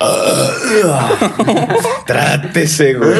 Trátese, güey.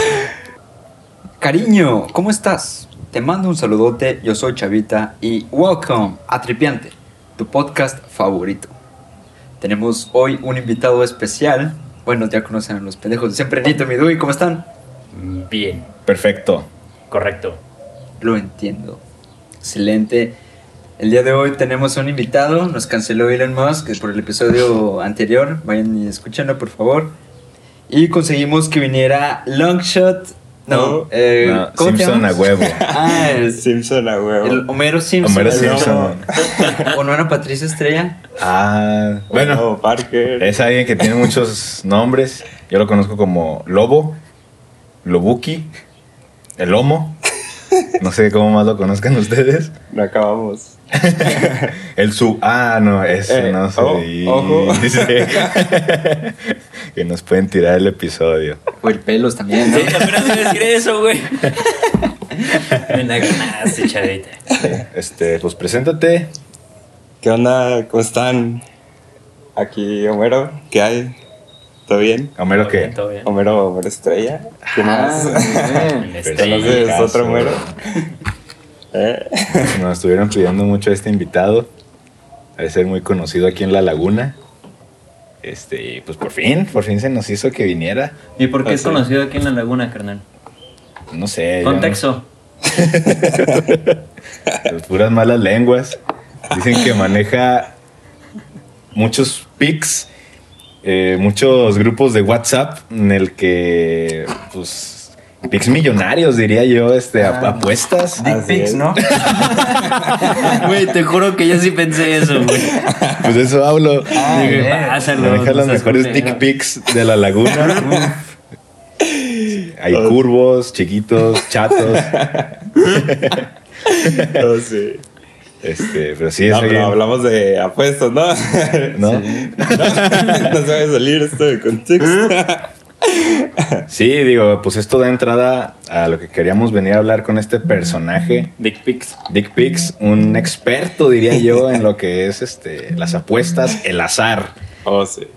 Cariño, ¿cómo estás? Te mando un saludote, yo soy Chavita y welcome a Tripiante, tu podcast favorito. Tenemos hoy un invitado especial. Bueno, ya conocen a los pendejos de siempre. Nito, mi Dui, ¿cómo están? Bien, Perfecto. correcto. Lo entiendo. Excelente. El día de hoy tenemos un invitado. Nos canceló Elon Musk por el episodio anterior. Vayan y escúchenlo, por favor. Y conseguimos que viniera Longshot. No, ¿cómo te Simpson a llamas? huevo. Ah, Simpson a huevo. el Homero Simpson. Homero Simpson. ¿O no era Patricia Estrella? Ah, bueno, Parker. es alguien que tiene muchos nombres. Yo lo conozco como Lobo, Lobuki, el Lomo. No sé cómo más lo conozcan ustedes. No acabamos. El no, ese no se ojo. dice. Que nos pueden tirar el episodio. O el Pelos también, ¿no? Sí, apenas iba a decir eso, güey. Me la ganaste, Chavita. Pues preséntate. ¿Qué onda? ¿Cómo están? Aquí Homero. ¿Qué hay? ¿Todo bien? Homero, Todo bien, ¿qué? todo bien. Homero Estrella. ¿Qué más? bien. Estrella. ¿Conoces caso. otro Homero? Nos estuvieron pidiendo mucho a este invitado. Debe ser muy conocido aquí en La Laguna. Y pues por fin se nos hizo que viniera. ¿Y por qué es sí. conocido aquí en La Laguna, carnal? No sé. Contexto. Puras malas lenguas. Dicen que maneja muchos pics, muchos grupos de WhatsApp en el que, pues, pics millonarios, diría yo, apuestas. Dick Así pics, es. ¿no? Güey, te juro que yo sí pensé eso, güey. Pues de eso hablo. Dije, bien. pásalo. Maneja no los seas mejores culero. dick pics de La Laguna. Hay curvos, chiquitos, chatos. No sé. Pero sí, No, es pero alguien- hablamos de apuestas, ¿no? ¿no? No se va a salir esto de contexto. Sí, digo, pues esto da entrada a lo que queríamos venir a hablar con este personaje, Dick pics. Dick Pics, un experto, diría yo, en lo que es las apuestas, el azar. Oh, sí.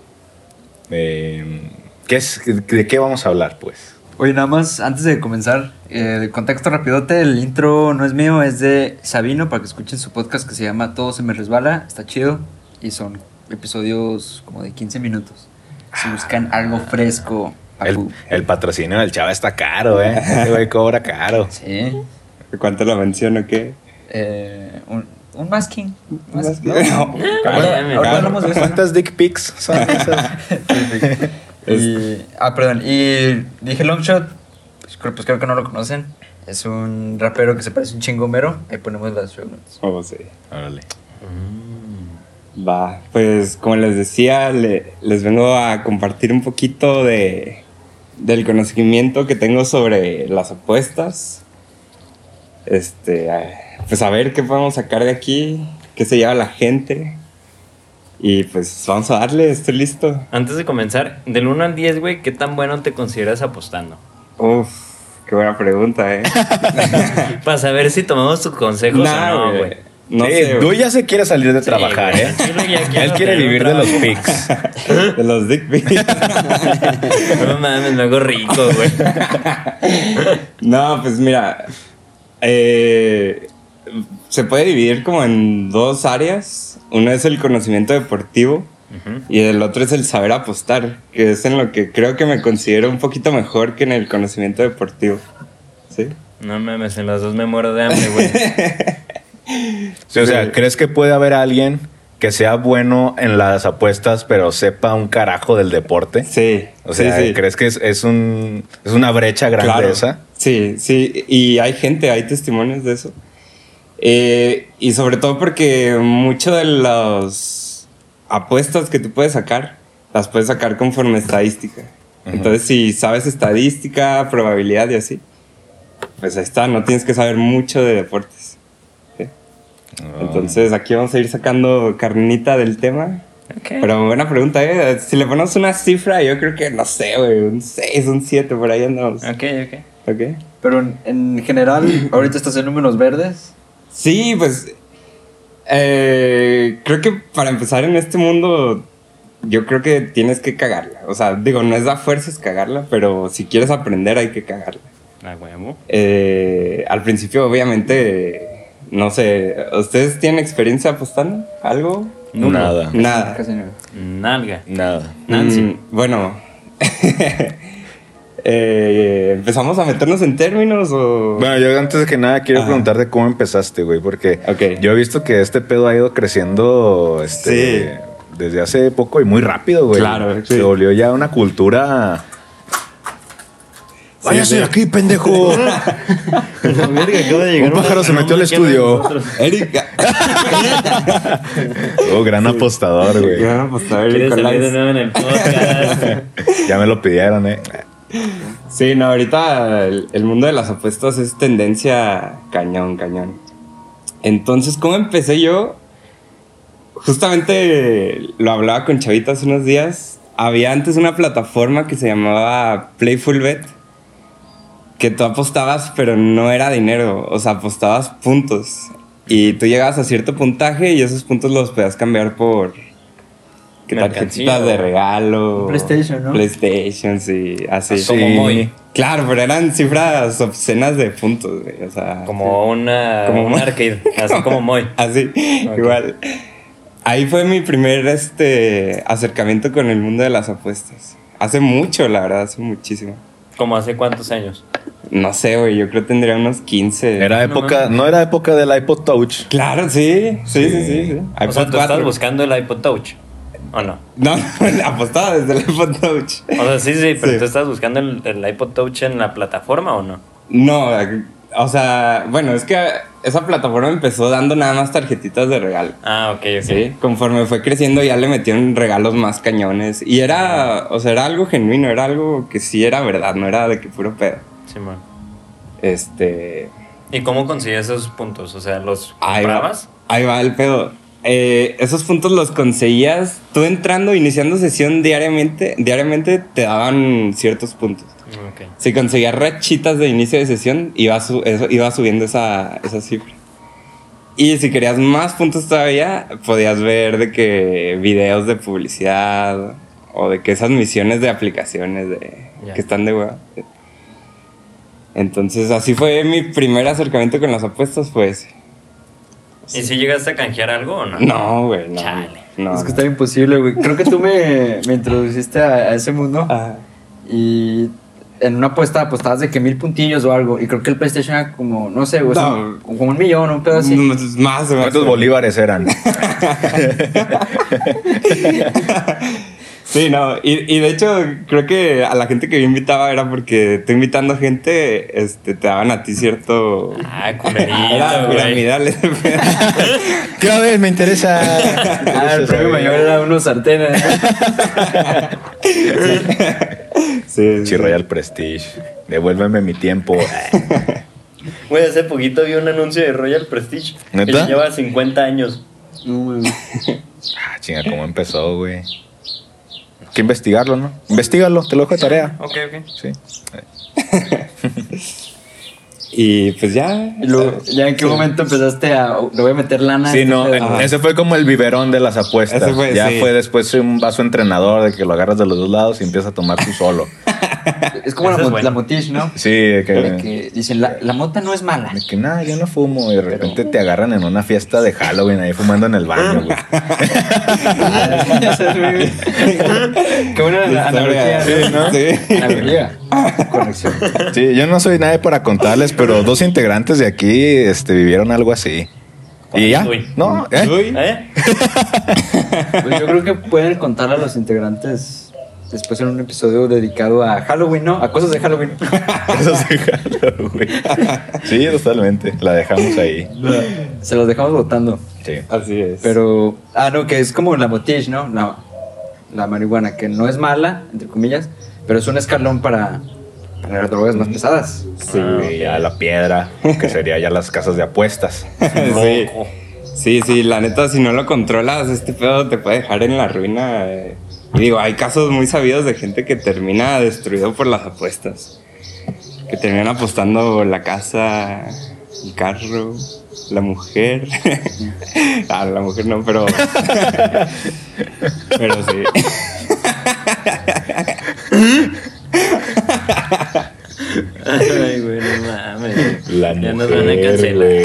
¿De qué vamos a hablar, pues? Oye, nada más, antes de comenzar, contexto rapidote, el intro no es mío, es de Sabino, para que escuchen su podcast que se llama Todo se me resbala, está chido, y son episodios como de 15 minutos. Si buscan algo fresco, El patrocinio del chava está caro, ¿eh? Ese güey cobra caro. Sí, ¿Cuánto la menciono o qué? un masking. Masking. No, No. ahorita hablamos de eso. ¿Cuántas Dick Pics son esas? Perdón, y dije Longshot, pues creo que no lo conocen. Es un rapero que se parece un chingo a Homero. Ahí ponemos las show notes. Oh, sí. Órale. Va, pues como les decía, les vengo a compartir un poquito del conocimiento que tengo sobre las apuestas. Pues a ver qué podemos sacar de aquí, qué se lleva la gente. Y pues vamos a darle, estoy listo. Antes de comenzar, del 1 al 10, güey, ¿qué tan bueno te consideras apostando? Uf, qué buena pregunta, Para saber si tomamos tus consejos Nah, o no, güey. güey. No Sí, sé, Tú güey. ya se quiere salir de Sí, trabajar, güey. ¿eh? Sí, güey, ya quiero Él quiere tener un vivir de los trabajo. pics. De los dick pics. No mames, me hago rico, güey. No, pues mira, se puede dividir como en dos áreas. Uno es el conocimiento deportivo y el otro es el saber apostar, que es en lo que creo que me considero un poquito mejor que en el conocimiento deportivo. ¿Sí? No mames, en las dos me muero de hambre, güey. Sí, o sea, ¿crees que puede haber alguien que sea bueno en las apuestas, pero sepa un carajo del deporte? Sí. O sea, sí. ¿crees que es una brecha grande Claro. esa? Sí, sí. Y hay testimonios de eso. Y sobre todo porque mucho de las apuestas que tú puedes sacar, las puedes sacar conforme estadística. Ujú. Entonces, si sabes estadística, probabilidad y así, pues ahí está, no tienes que saber mucho de deportes. ¿Sí? Entonces, aquí vamos a ir sacando carnita del tema. Ok. Pero buena pregunta, ¿eh? Si le ponemos una cifra, yo creo que, no sé, güey, un 6, un 7, por ahí andamos. Ok. ¿Ok? Pero en general, ahorita estás en números verdes. Sí, pues creo que para empezar en este mundo yo creo que tienes que cagarla. O sea, digo, no es a fuerzas cagarla, pero si quieres aprender hay que cagarla. Ah, huevo. Al principio, obviamente, no sé, ¿ustedes tienen experiencia apostando? ¿Algo? Nada. Nada. Casi no. Nalga. Nada. Nancy. Bueno, ¿empezamos a meternos en términos o...? Bueno, yo antes de que nada quiero preguntarte cómo empezaste, güey, porque Ok. yo he visto que este pedo ha ido creciendo Sí. desde hace poco y muy rápido, güey. Claro, sí. Se volvió ya una cultura. ¡Váyase de aquí, pendejo! La verga, acaba de llegar Un pájaro se metió al estudio. Erika. Oh, gran apostador, güey. Ya, pues, a ver, ¿Quieres salir de Nicolás. nuevo en el podcast? Ya me lo pidieron, Sí, no, ahorita el mundo de las apuestas es tendencia cañón. Entonces, ¿cómo empecé yo? Justamente lo hablaba con Chavita hace unos días. Había antes una plataforma que se llamaba Playful Bet, que tú apostabas, pero no era dinero. O sea, apostabas puntos. Y tú llegabas a cierto puntaje y esos puntos los podías cambiar por... Mercancía, tarjetitas de o- regalo. PlayStation, ¿no? PlayStation, sí, así. Como Moy. Claro, pero eran cifras obscenas de puntos, güey. O sea, Como un Moy. arcade, así como Moy. Así, Ok. igual. Ahí fue mi primer acercamiento con el mundo de las apuestas. Hace mucho, la verdad, hace muchísimo. ¿Como hace cuántos años? No sé, güey, yo creo que tendría unos 15. Era época, no era época del iPod Touch. Claro, sí. O sea, iPod tú estás 4. buscando el iPod Touch, ¿o no? No, apostaba desde el iPod Touch. O sea, sí, pero Sí. tú estás buscando el iPod Touch en la plataforma, ¿o no? No, o sea, bueno, es que esa plataforma empezó dando nada más tarjetitas de regalo. Ah, ok. Sí, conforme fue creciendo ya le metieron regalos más cañones. Y era, o sea, era algo genuino, era algo que sí era verdad, no era de que puro pedo. Simón. ¿Y cómo consigues esos puntos? O sea, ¿los Ahí comprabas? ahí va el pedo. Esos puntos los conseguías tú entrando, iniciando sesión diariamente te daban ciertos puntos. Ok. Si conseguías rachitas de inicio de sesión, iba subiendo esa cifra. Y si querías más puntos todavía, podías ver de que videos de publicidad o de que esas misiones de aplicaciones Ya. que están de hueva. Entonces, así fue mi primer acercamiento con las apuestas, pues. ¿Y si llegaste a canjear algo o no? No, güey, no. Chale. No. Es que está imposible, güey. Creo que tú me introduciste a ese mundo. Ah, Y en una apuesta apostabas de que 1000 puntillos o algo. Y creo que el PlayStation era como, no sé, güey, No. como 1,000,000, un pedo así. más. ¿Cuántos bolívares eran? Sí, no, y de hecho creo que a la gente que yo invitaba era porque tú invitando gente, te daban a ti cierto... Ah, Era culerito, güey. piramidal. ¿Qué vez? Me interesa. Ah, el premio mayor era unos sartenes. Sí, Sí, Royal Prestige. Devuélveme mi tiempo. Güey, hace poquito vi un anuncio de Royal Prestige. ¿Neta? Que ya lleva 50 años. No, güey. Ah, chinga, ¿cómo empezó, güey? Hay que investigarlo, ¿no? Investígalo, te lo dejo de tarea. Ok. Sí. Y pues ya... Y luego, ¿ya en qué momento empezaste a... Le voy a meter lana? a Sí, este no, pedo? Ajá. ese fue como el biberón de las apuestas. Ese fue, ya sí. fue después un vaso entrenador de que lo agarras de los dos lados y empiezas a tomar tú solo. Es como Ese es bueno. la motish, ¿no? Sí, de De que dicen, la mota no es mala. de que nada, yo no fumo y de repente te agarran en una fiesta de Halloween ahí fumando en el baño, güey. Qué buena analogía. Sí, ¿no? Sí. Analogía. Corrección. Sí, yo no soy nadie para contarles, pero 2 integrantes de aquí vivieron algo así. ¿Y ya? Uy. ¿No? ¿Eh? Uy. ¿Eh? Pues yo creo que pueden contar a los integrantes después en un episodio dedicado a Halloween, ¿no? A cosas de Halloween. Eso sí, Halloween. Sí, totalmente. La dejamos ahí. Se los dejamos votando. Sí. Así es. Pero, no, que es como la motish, ¿no? La marihuana, que no es mala, entre comillas, pero es un escalón para las drogas más pesadas. Sí. Y ya la piedra, que sería ya las casas de apuestas. Sí. Rojo. Sí, la neta, si no lo controlas, este pedo te puede dejar en la ruina. Y digo, hay casos muy sabidos de gente que termina destruido por las apuestas. Que terminan apostando la casa, el carro. La mujer. La mujer no, pero. Pero sí. Ay, güey, no mames. La Ya nos mujer, van a cancelar. güey.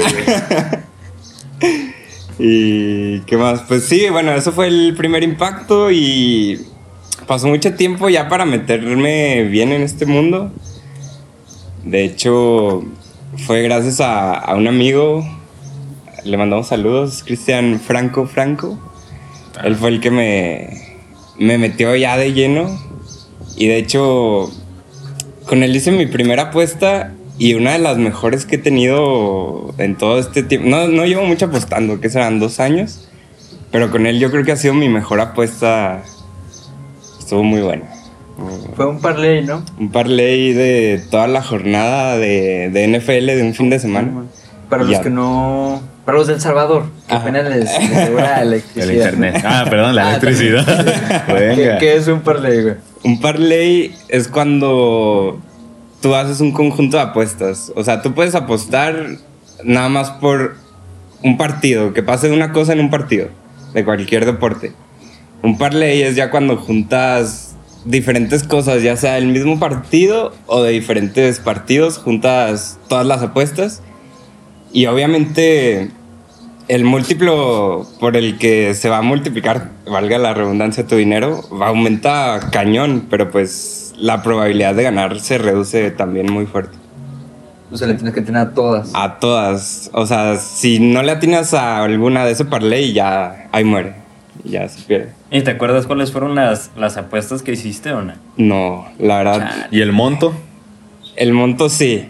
¿Y qué más? Pues sí, bueno, eso fue el primer impacto y pasó mucho tiempo ya para meterme bien en este mundo. De hecho, fue gracias a un amigo, le mandamos saludos, Cristian Franco. Él fue el que me metió ya de lleno y de hecho con él hice mi primera apuesta y una de las mejores que he tenido en todo este tiempo. No llevo mucho apostando, que serán 2 años, pero con él yo creo que ha sido mi mejor apuesta. Estuvo muy bueno. Fue un parlay, ¿no? Un parlay de toda la jornada de NFL de un fin de semana. Para los Ya. que no... Para los del Salvador, que Ajá. apenas les llegó la electricidad. El internet. Perdón, la electricidad. Venga. ¿Qué es un parlay, güey? Un parlay es cuando tú haces un conjunto de apuestas. O sea, tú puedes apostar nada más por un partido, que pase una cosa en un partido, de cualquier deporte. Un parlay es ya cuando juntas diferentes cosas, ya sea el mismo partido o de diferentes partidos, juntas todas las apuestas. Y obviamente el múltiplo por el que se va a multiplicar, valga la redundancia, tu dinero, aumenta cañón, pero pues la probabilidad de ganar se reduce también muy fuerte. O sea, le tienes que tener a todas. A todas. O sea, si no le atinas a alguna de ese parlay, ya ahí muere. Ya se pierde. ¿Y te acuerdas cuáles fueron las apuestas que hiciste o no? No, la verdad. Chale. ¿Y el monto? El monto sí.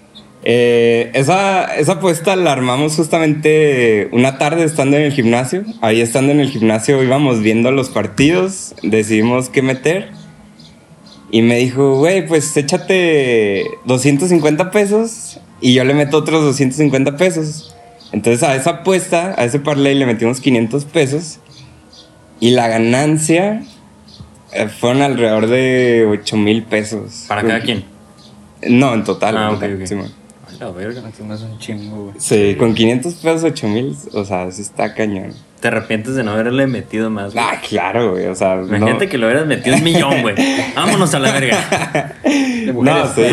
Esa apuesta la armamos justamente una tarde estando en el gimnasio. Ahí estando en el gimnasio íbamos viendo los partidos, decidimos qué meter. Y me dijo, güey, pues échate 250 pesos y yo le meto otros 250 pesos. Entonces a esa apuesta, a ese parlay le metimos 500 pesos. Y la ganancia fueron alrededor de 8,000 pesos. ¿Para cada quien? No, en total. Ah, en ok, total, ok. Simón. A la verga. Eso no es un chingo, güey. Sí, con 500 pesos 8,000, o sea, sí está cañón. ¿Te arrepientes de no haberle metido más, güey? Claro, güey, o sea, Imagínate que lo hubieras metido 1,000,000, güey. Vámonos a la verga. No, sí.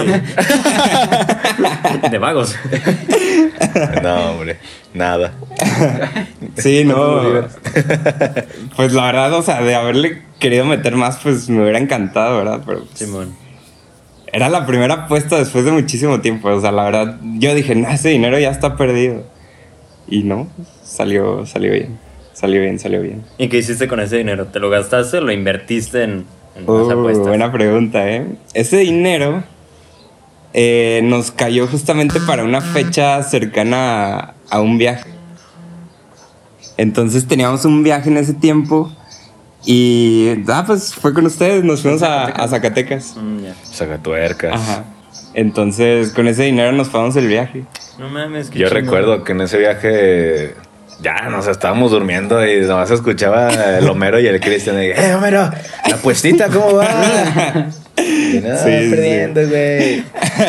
De vagos. No, hombre. Nada. Sí, no. Pues la verdad, o sea, de haberle querido meter más, pues me hubiera encantado, ¿verdad? Pero pues, Simón. era la primera apuesta después de muchísimo tiempo. O sea, la verdad, yo dije, no, ese dinero ya está perdido. Y no, salió bien. Salió bien. ¿Y qué hiciste con ese dinero? ¿Te lo gastaste o lo invertiste en las apuestas? Buena pregunta, ¿eh? Ese dinero nos cayó justamente para una fecha cercana a un viaje. Entonces teníamos un viaje en ese tiempo y pues fue con ustedes, nos fuimos a Zacatecas. Ya. Sacatuercas. Ajá. Entonces con ese dinero nos pagamos el viaje. No mames, qué Yo chingón. recuerdo que en ese viaje ya nos estábamos durmiendo y nomás se escuchaba el Homero y el Cristian. Homero, la puestita, ¿cómo va? Y no, Sí, sí. perdiendo, güey.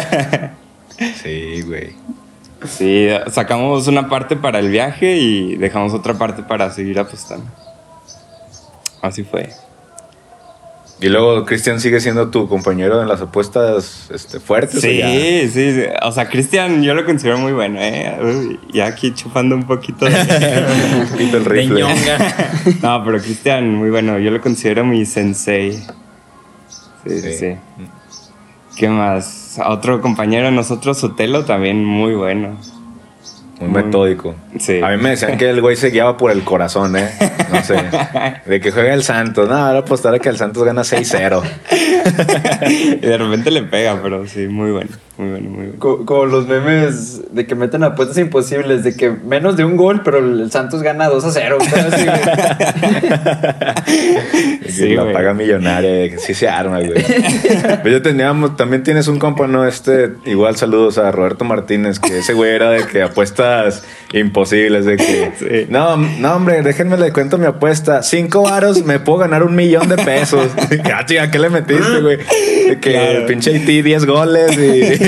Sí, güey. Sí, sacamos una parte para el viaje y dejamos otra parte para seguir apostando. Así fue. Y luego Cristian sigue siendo tu compañero en las apuestas fuertes. ¿O ya? Sí. O sea, Cristian yo lo considero muy bueno, ¿eh? Uy, ya aquí chupando un poquito de... Un poquito el De rifle. ñonga. No, pero Cristian, muy bueno. Yo lo considero mi sensei. Sí. Sí. ¿Qué más? Otro compañero de nosotros, Sotelo, también muy bueno. Muy metódico. Sí. A mí me decían que el güey se guiaba por el corazón, ¿eh? No sé. De que juega el Santos. No, ahora apostar a que el Santos gana 6-0. Y de repente le pega, pero sí, muy bueno. Como los memes de que meten apuestas imposibles, de que menos de un gol, pero el Santos gana 2-0. Así, güey. Sí, la güey. paga millonaria. De que sí se arma, güey. Pero yo también tienes un compa, ¿no? Igual saludos a Roberto Martínez, que ese güey era de que apuestas imposibles, de que Sí. no, hombre, déjenme le cuento mi apuesta. 5 varos me puedo ganar 1,000,000 de pesos. Ah, chica, ¿qué le metiste, güey? De que Claro. pinche Haití 10 goles y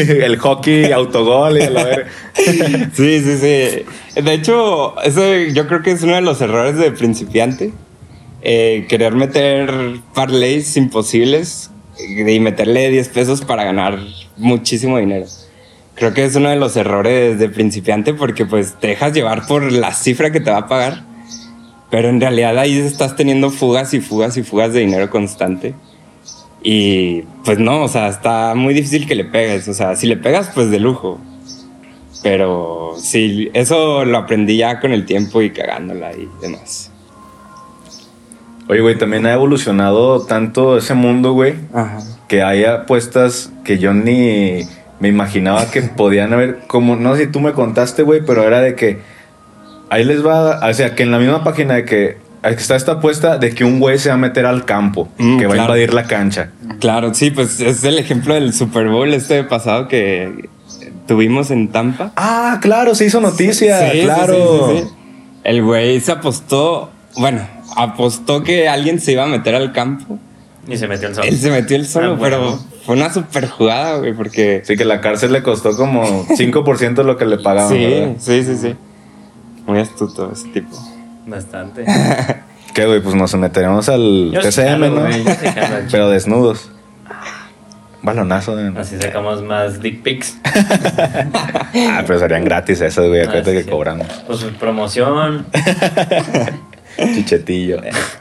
El hockey, autogol y a la verga. Sí. De hecho, ese yo creo que es uno de los errores de principiante. Querer meter parlays imposibles y meterle 10 pesos para ganar muchísimo dinero. Creo que es uno de los errores de principiante porque pues te dejas llevar por la cifra que te va a pagar, pero en realidad ahí estás teniendo fugas y fugas y fugas de dinero constante. Y pues no, o sea, está muy difícil que le pegues. O sea, si le pegas, pues de lujo. Pero sí, eso lo aprendí ya con el tiempo y cagándola y demás. Oye, güey, también ha evolucionado tanto ese mundo, güey, Ajá. que hay apuestas que yo ni me imaginaba que podían haber, como, no sé si tú me contaste, güey, pero era de que ahí les va, o sea, que en la misma página de que está esta apuesta de que un güey se va a meter al campo, que va a invadir la cancha. Claro, sí, pues es el ejemplo del Super Bowl pasado que tuvimos en Tampa. Ah, claro, se hizo noticia, Sí, claro. sí. El güey se apostó que alguien se iba a meter al campo. Y se metió el solo. Él se metió él solo, Ah, bueno. pero fue una super jugada, güey, porque... Sí, que la cárcel le costó como 5% de lo que le pagaban, ¿verdad? Sí. Muy astuto ese tipo. Bastante. ¿Qué, güey? Pues nos meteremos al Yo sí TCM, jalo, ¿no? güey, yo sí jalo al Pero desnudos. Balonazo, ¿no? Así sacamos más dick pics. Ah, pero serían gratis esas, güey. Acuérdate sí, que sí. cobramos. Pues promoción. Chichetillo.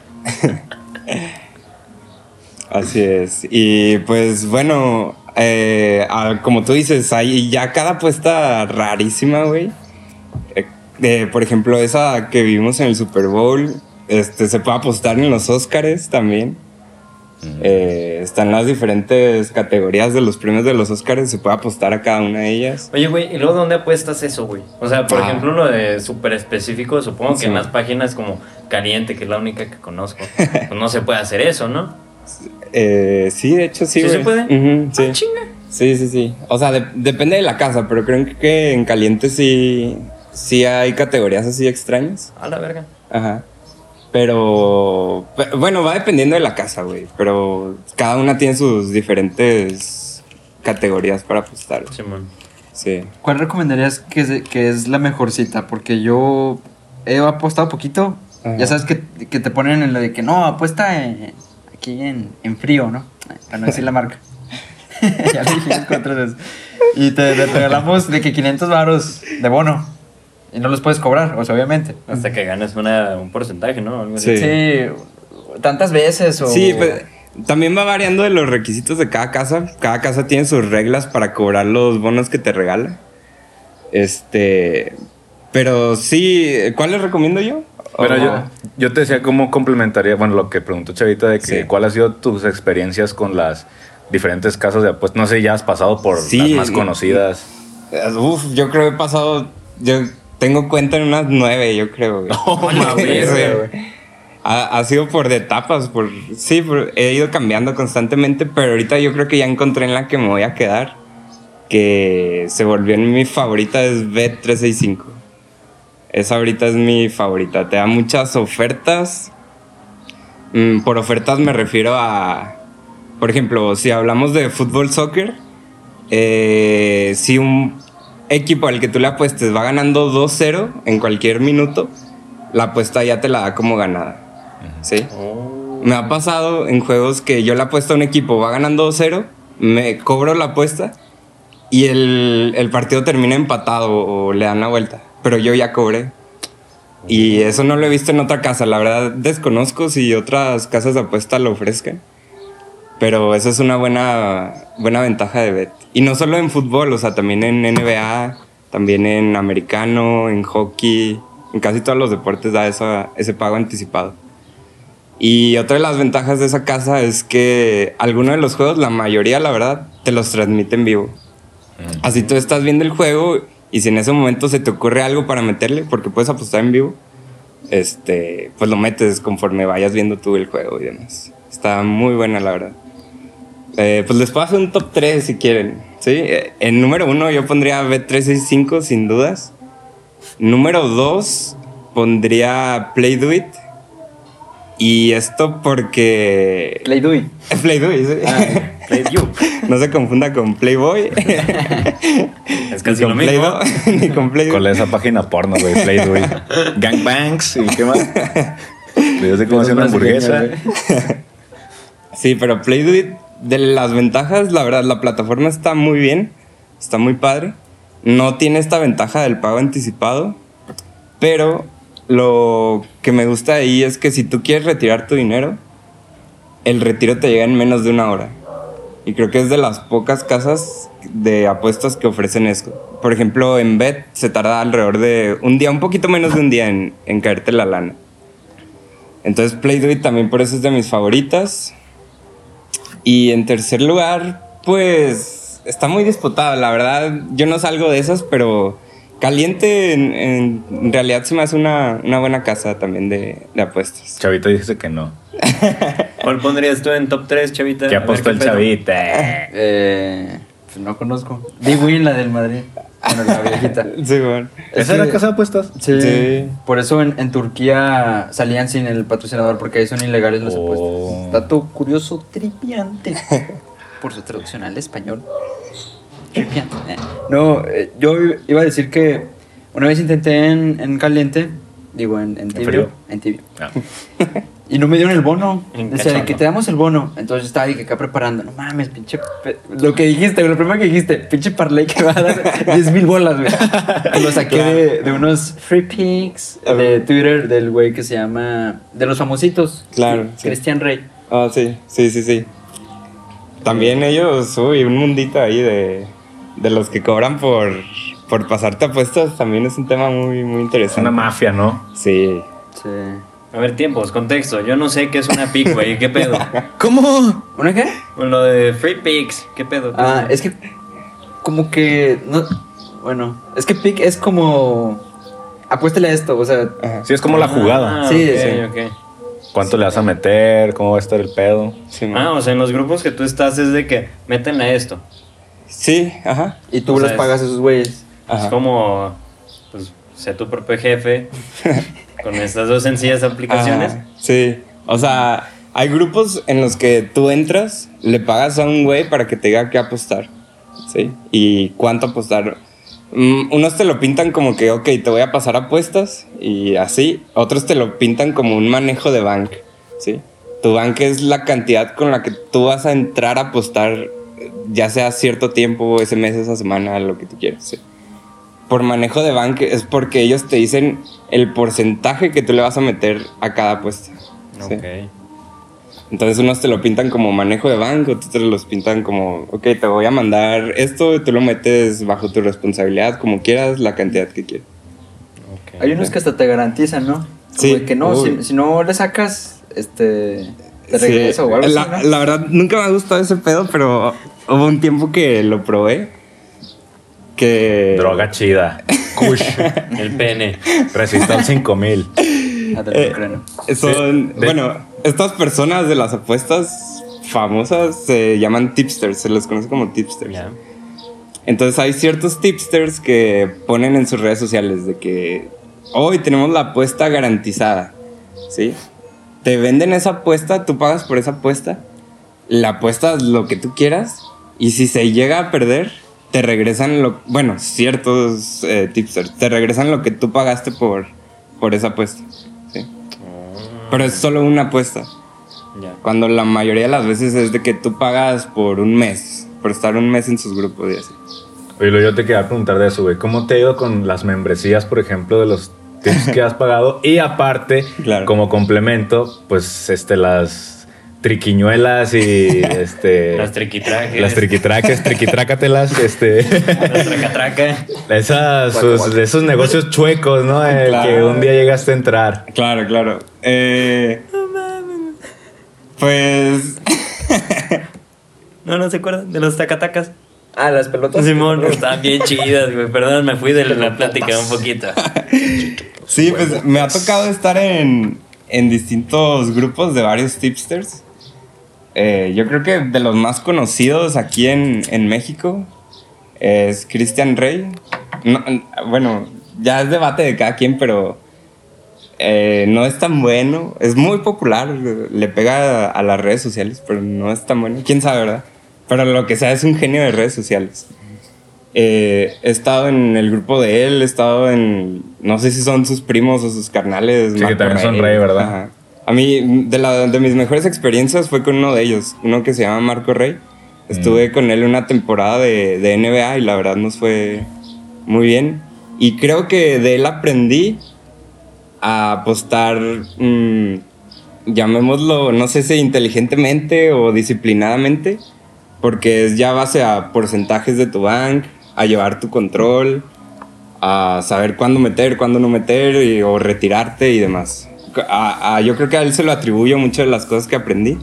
Así es. Y pues bueno, como tú dices, hay ya cada apuesta rarísima, güey. Por ejemplo, esa que vimos en el Super Bowl, se puede apostar en los Óscares también. Están las diferentes categorías de los premios de los Óscares, se puede apostar a cada una de ellas. Oye, güey, ¿y luego dónde apuestas eso, güey? O sea, por ejemplo, lo de súper específico, supongo que Sí. en las páginas como Caliente, que es la única que conozco, pues no se puede hacer eso, ¿no? Sí, de hecho sí, ¿Sí se güey. puede? Ujú, sí. Ah, chinga. Sí. O sea, depende de la casa, pero creo que en Caliente sí hay categorías así extrañas. A la verga. Ajá. Pero, bueno, va dependiendo de la casa, güey. Pero cada una tiene sus diferentes categorías para apostar. Simón. Sí. ¿Cuál recomendarías que es la mejor cita? Porque yo he apostado poquito. Ajá. Ya sabes que te ponen en lo de que no, apuesta aquí en frío, ¿no? Para no decir la marca. Ya lo dijimos 4 veces. Y te regalamos de que 500 varos de bono. Y no los puedes cobrar, o sea, obviamente. Hasta que ganes un porcentaje, ¿no? Algo así. Sí. Sí, tantas veces o... Sí, pues, también va variando de los requisitos de cada casa. Cada casa tiene sus reglas para cobrar los bonos que te regala. Pero sí, ¿cuál les recomiendo yo? Bueno, yo te decía cómo complementaría, bueno, lo que preguntó Chavita de que Sí. cuál ha sido tus experiencias con las diferentes casas de apuestas. No sé, ya has pasado por Sí, las más conocidas. Yo creo que he pasado... Yo tengo cuenta en unas 9, yo creo. Güey. mames, Sí. güey. Ha sido por etapas, he ido cambiando constantemente, pero ahorita yo creo que ya encontré en la que me voy a quedar, que se volvió en mi favorita, es Bet365. Esa ahorita es mi favorita, te da muchas ofertas. Por ofertas me refiero a, por ejemplo, si hablamos de fútbol, soccer, si un equipo al que tú le apuestes va ganando 2-0 en cualquier minuto, la apuesta ya te la da como ganada. ¿Sí? Oh. Me ha pasado en juegos que yo le apuesto a un equipo, va ganando 2-0, me cobro la apuesta y el partido termina empatado o le dan la vuelta. Pero yo ya cobré. Y eso no lo he visto en otra casa. La verdad desconozco si otras casas de apuesta lo ofrezcan. Pero eso es una buena ventaja de Bet. Y no solo en fútbol, o sea, también en NBA, también en americano, en hockey, en casi todos los deportes da ese pago anticipado. Y otra de las ventajas de esa casa es que algunos de los juegos, la mayoría, la verdad, te los transmite en vivo. Así tú estás viendo el juego y si en ese momento se te ocurre algo para meterle, porque puedes apostar en vivo, pues lo metes conforme vayas viendo tú el juego y demás. Está muy buena, la verdad. Pues les puedo hacer un top 3 si quieren, ¿sí? En número 1 yo pondría Bet365 sin dudas. Número 2 pondría Play Do It. Y esto porque... Play-Doh. Play-Doh, sí. Play-Doh. No se confunda con Playboy. Es casi Ni lo con mismo. Play-Doh, ni con Play-Doh. Con esa página porno, güey. Play-Doh. Gangbangs y qué más. Yo sé cómo hacer una hamburguesa. Sí, pero Play-Doh, de las ventajas, la verdad, la plataforma está muy bien. Está muy padre. No tiene esta ventaja del pago anticipado. Pero lo que me gusta ahí es que si tú quieres retirar tu dinero, el retiro te llega en menos de 1 hora. Y creo que es de las pocas casas de apuestas que ofrecen esto. Por ejemplo, en Bet se tarda alrededor de un día, un poquito menos de un día en caerte la lana. Entonces Play-Doh también por eso es de mis favoritas. Y en tercer lugar, pues está muy disputada. La verdad, yo no salgo de esas, pero Caliente en realidad se me hace una buena casa también de apuestas. Chavita dice que no. ¿Cuál pondrías tú en top 3, Chavita? ¿Qué A ver, apostó el pedo. Chavita? Pues no conozco. D-Win, la del Madrid. Bueno, la viejita. Sí, bueno. ¿Esa era casa de apuestas? Sí. Sí. Por eso en Turquía salían sin el patrocinador, porque ahí son ilegales las apuestas. Dato curioso, tripiante. Por su traducción al español. Tripiante. No, yo iba a decir que una vez intenté en caliente, digo en tibio. frío? En tibio. Ah. Y no me dieron el bono. En Decía, de cachondo. que te damos el bono. Entonces estaba de que acá preparando. No mames, pinche. Lo que dijiste, lo primero que dijiste, pinche parlay que va a dar 10,000 bolas, güey. Y lo saqué Claro. de unos free pics de Twitter del güey que se llama. De los famositos. Claro, sí. Cristian Rey. Ah, sí. También ellos, un mundito ahí de los que cobran por pasarte apuestas, también es un tema muy, muy Es interesante. una mafia, ¿no? Sí. Sí. A ver, tiempos, contexto. Yo no sé qué es una pick, güey. ¿Qué pedo? ¿Cómo? ¿Una qué? Con lo de free picks. ¿Qué pedo? Ah, es que. Como que. No, bueno, es que pick es como. Apuéstale a esto, o sea. Ajá. Sí, es como la jugada. Sí, ok, sí. ok. ¿Cuánto le vas a meter? ¿Cómo va a estar el pedo? Sí, Ah, o sea, en los grupos que tú estás es de que meten a esto. sí, ajá. Y tú O sea, les pagas a esos güeyes. Ajá. Es como, pues, sé tu propio jefe con estas dos sencillas aplicaciones. Ajá, sí. O sea, hay grupos en los que tú entras, le pagas a un güey para que te diga qué apostar. ¿Sí? Y cuánto apostar. Unos te lo pintan como que, ok, te voy a pasar apuestas y así. Otros te lo pintan como un manejo de bank. ¿Sí? Tu bank es la cantidad con la que tú vas a entrar a apostar, ya sea cierto tiempo, ese mes, esa semana, lo que tú quieras. ¿Sí? Por manejo de bank es porque ellos te dicen el porcentaje que tú le vas a meter a cada apuesta. ¿Sí? Ok. Entonces unos te lo pintan como manejo de banco, otros te los pintan como, ok, te voy a mandar esto y tú lo metes bajo tu responsabilidad, como quieras, la cantidad que quieras. Ok. Hay unos que hasta te garantizan, ¿no? Como Sí. de que no, Uy. si no le sacas, te Sí, regreso o algo así, ¿no? la verdad, nunca me ha gustado ese pedo, pero hubo un tiempo que lo probé. Que... Droga chida. Kush. El pene. Resistol 5000. Ah, te lo creo. Son, Sí, de- bueno, estas personas de las apuestas famosas se llaman tipsters, se les conoce como tipsters. Ya. Entonces hay ciertos tipsters que ponen en sus redes sociales de que hoy tenemos la apuesta garantizada, ¿sí? Te venden esa apuesta, tú pagas por esa apuesta, la apuestas lo que tú quieras y si se llega a perder, te regresan ciertos tipsters, te regresan lo que tú pagaste por esa apuesta, ¿sí? Pero es solo una apuesta. Ya. Cuando la mayoría de las veces es de que tú pagas por un mes, por estar un mes en sus grupos y así. Oye, yo te quería preguntar de eso, güey. ¿Cómo te ha ido con las membresías, por ejemplo, de los tips que has pagado? Y aparte, Claro. como complemento, pues las triquiñuelas y Las triquitrajes. las triquitraques, triquitrácatelas, Las tracatraca. esos negocios chuecos, ¿no? El Claro. que un día llegaste a entrar. Claro, claro. Pues... No se acuerdan de los tacatacas. Ah, las pelotas. Simón, estaban bien chidas, güey. Perdón, me fui de la plática un poquito. Sí, pues me ha tocado estar en distintos grupos de varios tipsters. Yo creo que de los más conocidos aquí en México es Cristian Rey. No, bueno, ya es debate de cada quien, pero no es tan bueno. Es muy popular, le pega a las redes sociales, pero no es tan bueno. ¿Quién sabe, verdad? Pero lo que sea, es un genio de redes sociales. He estado en el grupo de él, he estado en... No sé si son sus primos o sus carnales. Sí, que también son Rey, ¿verdad? Ajá. A mí, de mis mejores experiencias fue con uno de ellos. Uno que se llama Marco Rey. Estuve con él una temporada de NBA y la verdad nos fue muy bien. Y creo que de él aprendí a apostar, llamémoslo, no sé si inteligentemente o disciplinadamente, porque es ya base a porcentajes de tu bank, a llevar tu control, a saber cuándo meter, cuándo no meter o retirarte y demás. Yo creo que a él se lo atribuyo mucho de las cosas que aprendí.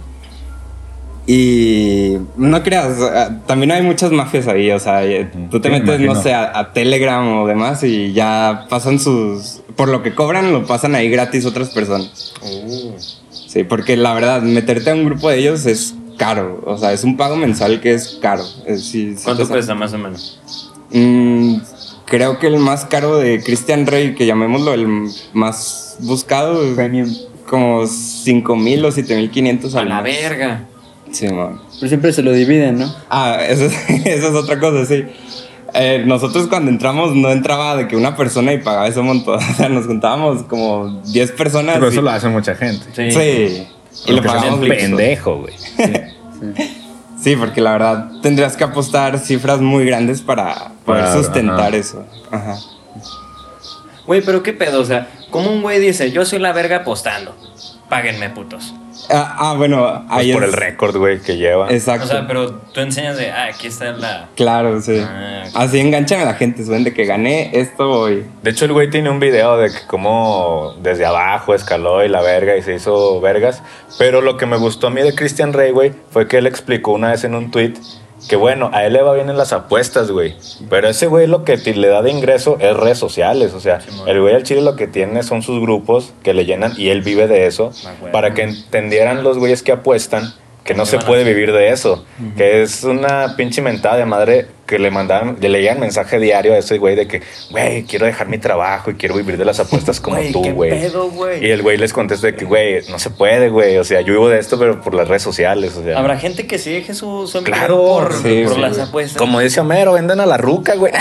Y no creas, también hay muchas mafias ahí, o sea, tú te metes, no sé, a Telegram o demás y ya pasan por lo que cobran, lo pasan ahí gratis otras personas. Sí, porque la verdad, meterte a un grupo de ellos es caro, o sea, es un pago mensual que es caro. ¿Cuánto cuesta más o menos? Creo que el más caro de Christian Rey, que llamémoslo el más buscado, Premium. Como 5,000 o 7,500 A al la mes. verga. Sí, man. Pero siempre se lo dividen, ¿no? Eso es otra cosa, sí. Nosotros cuando entramos no entraba de que una persona y pagaba ese montón. O sea, nos juntábamos como 10 personas. Pero eso lo hace mucha gente. Sí. Y le pagamos un pendejo, güey. Sí, porque la verdad tendrías que apostar cifras muy grandes para poder sustentar eso. Ajá. Güey, pero qué pedo, o sea, como un güey dice, yo soy la verga apostando, páguenme, putos. Bueno, Pues ahí por es... el récord, güey, que lleva. Exacto. O sea, pero tú enseñas de, aquí está la... Claro, sí. Ok. Así enganchan a la gente, suben de que gané esto hoy. De hecho, el güey tiene un video de que cómo desde abajo escaló y la verga y se hizo vergas. Pero lo que me gustó a mí de Christian Rey, güey, fue que él explicó una vez en un tweet que, bueno, a él le va bien en las apuestas, güey. Pero ese güey lo que le da de ingreso es redes sociales. O sea, el güey al chile lo que tiene son sus grupos que le llenan y él vive de eso. Para que entendieran los güeyes que apuestan que no se puede vivir de eso. Que es una pinche mentada de madre que le leían mensaje diario a ese güey de que, güey, quiero dejar mi trabajo y quiero vivir de las apuestas como tú, güey. Y el güey les contesta de que, güey, no se puede, güey. O sea, yo vivo de esto, pero por las redes sociales. O sea, Habrá gente que sí deje su empleo claro, por las apuestas. Como dice Homero, venden a la ruca, güey.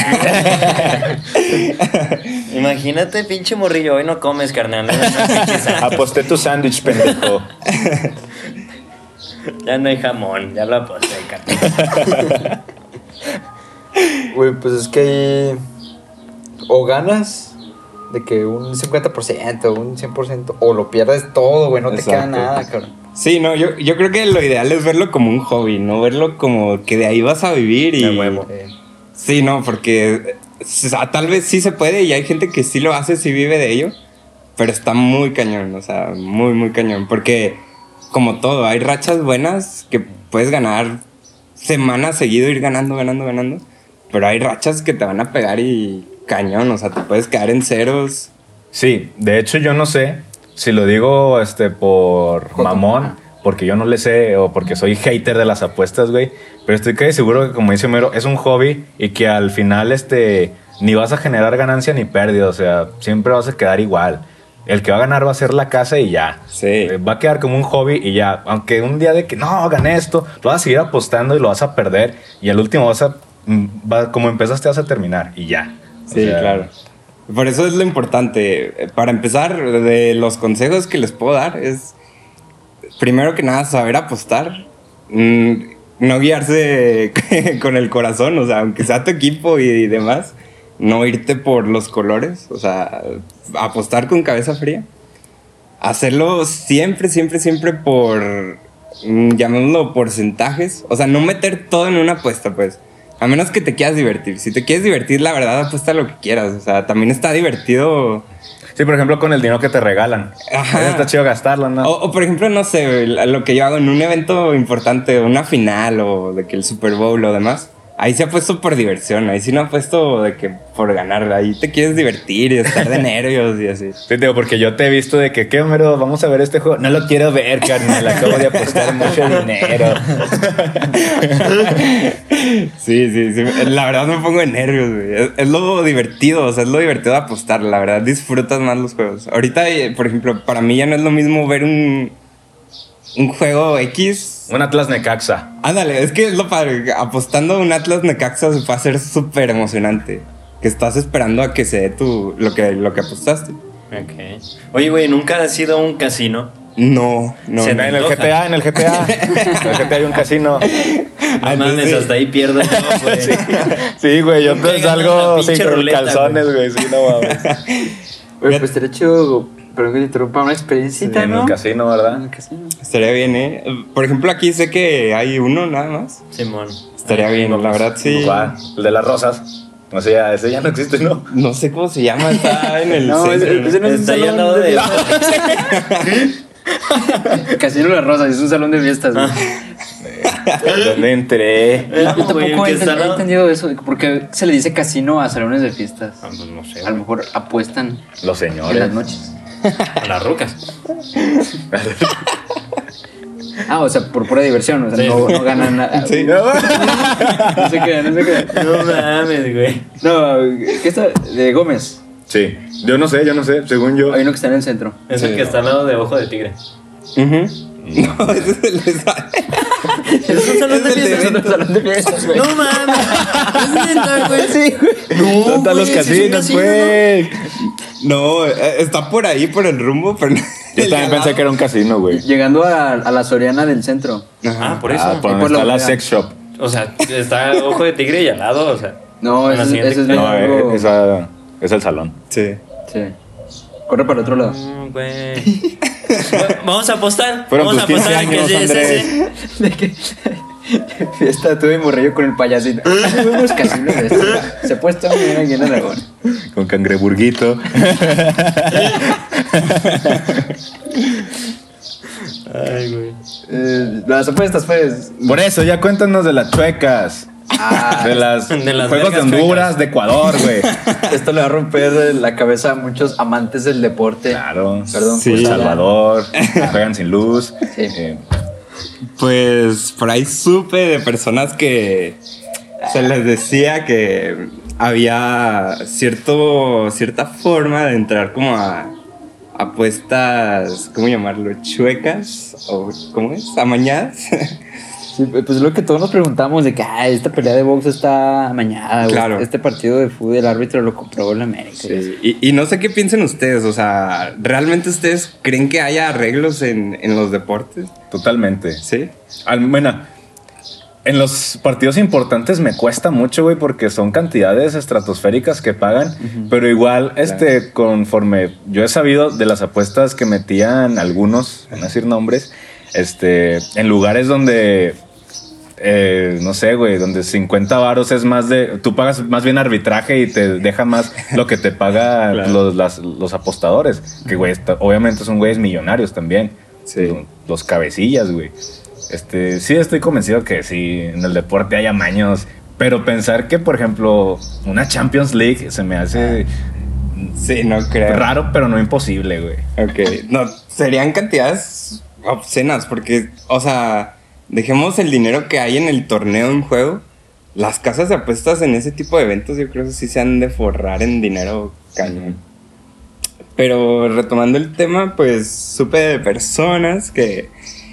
Imagínate, pinche morrillo, hoy no comes, carnal. Aposté tu sándwich, pendejo. Ya no hay jamón, ya lo aposté, carnal. Güey, pues es que hay... O ganas de que un 50%, un 100%, o lo pierdes todo, güey, no te queda nada, cabrón. Sí, no, yo creo que lo ideal es verlo como un hobby, no verlo como que de ahí vas a vivir y... De huevo. Sí, no, porque o sea, tal vez sí se puede y hay gente que sí lo hace, sí vive de ello, pero está muy cañón, o sea, muy, muy cañón, porque como todo, hay rachas buenas que puedes ganar semanas seguido, ir ganando, pero hay rachas que te van a pegar y cañón, o sea, te puedes quedar en ceros. Sí, de hecho yo no sé si lo digo por mamón, porque yo no le sé o porque soy hater de las apuestas, güey, pero estoy casi seguro que, como dice Homero, es un hobby y que al final ni vas a generar ganancia ni pérdida, o sea, siempre vas a quedar igual. El que va a ganar va a ser la casa y ya. Sí. Va a quedar como un hobby y ya. Aunque un día de que no, gané esto, lo vas a seguir apostando y lo vas a perder. Y al último como empezaste vas a terminar y ya. Sí, claro. Por eso es lo importante. Para empezar, de los consejos que les puedo dar es, primero que nada, saber apostar. No guiarse con el corazón, o sea, aunque sea tu equipo y demás. No irte por los colores, o sea, apostar con cabeza fría. Hacerlo siempre por, llamémoslo, porcentajes. O sea, no meter todo en una apuesta, pues. A menos que te quieras divertir. Si te quieres divertir, la verdad, apuesta lo que quieras. O sea, también está divertido. Sí, por ejemplo, con el dinero que te regalan. Ajá. Está chido gastarlo, ¿no? O por ejemplo, no sé, lo que yo hago en un evento importante, una final o de que el Super Bowl o demás. ahí se ha puesto por diversión, ahí sí no ha puesto de que por ganar, ahí te quieres divertir y estar de nervios y así. Sí, digo, porque yo te he visto de que, ¿qué, Homero? Vamos a ver este juego. No lo quiero ver, carnal. Acabo de apostar mucho dinero. Sí, la verdad me pongo de nervios, güey. Es lo divertido, o sea, es lo divertido de apostar, la verdad disfrutas más los juegos. Ahorita, por ejemplo, para mí ya no es lo mismo ver un juego X. Un Atlas Necaxa. Ándale, es que es lo padre. Apostando un Atlas Necaxa se puede hacer súper emocionante. Que estás esperando a que se dé lo que apostaste. Ok. Oye, güey, ¿nunca has ido a un casino? No. Se En el GTA. En el GTA hay un casino. No mames, hasta ahí pierdo todo, güey. Sí, güey, yo Nunca he salgo ganado una sin pinche ruleta, calzones, güey. Sí, no mames. Güey, pues estaría chido, pero que te interrumpa una experiencia, En ¿no? el casino, En ¿verdad? el casino. Estaría bien, ¿eh? Por ejemplo, aquí sé que hay uno nada más. Simón. Estaría bien, la verdad sí. ¿Cuál? El de las rosas. O sea, ese ya no existe, ¿no? No sé cómo se llama, está en el No, centro. ese no es un Está salón llenado de... Casino La Rosa, es un salón de fiestas, güey. ¿Dónde entré? Yo tampoco güey, he que está al lado. entendido eso. ¿Por qué se le dice casino a salones de fiestas? Ah, pues no sé. A lo mejor apuestan Los en las señores. noches. A las rucas. Ah, o sea, por pura diversión, o sea, Sí. no ganan nada. Sí. No se quedan. No mames, güey. No, ¿qué está? De Gómez. Sí. Yo no sé. Según yo. Hay uno que está en el centro. Es el que está al lado de Ojo de Tigre. No, ese es el de Es un salón de Es el de fiestas, es un eventos. salón de fiestas, güey. No mames. Es neta, güey. Sí, güey. No, ¿Dónde están los güey, sí es un casinos, casino, güey? No, está por ahí, por el rumbo, pero... Yo también pensé que era un casino, güey. Llegando a la Soriana del centro. Ah, por eso. Ah, por Y donde por la está la bodega. sex shop. O sea, está Ojo de Tigre y al lado, o sea. No, en la ese siguiente es calle. No, algo- esa es el salón. Sí. Sí. Corre para el otro lado. Güey. Vamos a apostar. Fueron Vamos a tus 15 apostar en que años, sí es Andrés. ese. De que fiesta tuve morrillo con el payasito. Unos casinos de estos. Se ha puesto aquí en Aragón. Con cangreburguito. Ay, güey. Las apuestas, pues. Por eso, ya cuéntanos de las chuecas. De las de las juegos de vergas Honduras, chuecas. de Ecuador, güey. Esto le va a romper la cabeza a muchos amantes del deporte. Claro. Perdón. Sí. El pues, Salvador. Juegan sin luz. Sí. Pues por ahí supe de personas que se les decía que había cierta forma de entrar como a apuestas, ¿cómo llamarlo? ¿Chuecas? ¿O cómo es? ¿Amañadas? Sí, pues es lo que todos nos preguntamos de que esta pelea de box está amañada, güey. Claro. Este partido de fútbol el árbitro lo compró el América. Sí, y no sé qué piensen ustedes, o sea, ¿realmente ustedes creen que haya arreglos en los deportes? Totalmente. Sí. Bueno, en los partidos importantes me cuesta mucho, güey, porque son cantidades estratosféricas que pagan. Pero igual, conforme yo he sabido de las apuestas que metían algunos, no decir nombres, en lugares donde no sé, güey, donde 50 varos es más de... Tú pagas más bien arbitraje y te deja más lo que te pagan Claro. los apostadores. Que, güey, obviamente son güeyes millonarios también. Sí. Los cabecillas, güey. Sí estoy convencido que sí, en el deporte hay amaños. Pero pensar que, por ejemplo, una Champions League se me hace Sí, no creo. raro, pero no imposible, güey. Ok, no, serían cantidades obscenas porque, o sea, dejemos el dinero que hay en el torneo en juego. Las casas de apuestas en ese tipo de eventos yo creo que sí se han de forrar en dinero cañón. Pero retomando el tema, pues supe de personas que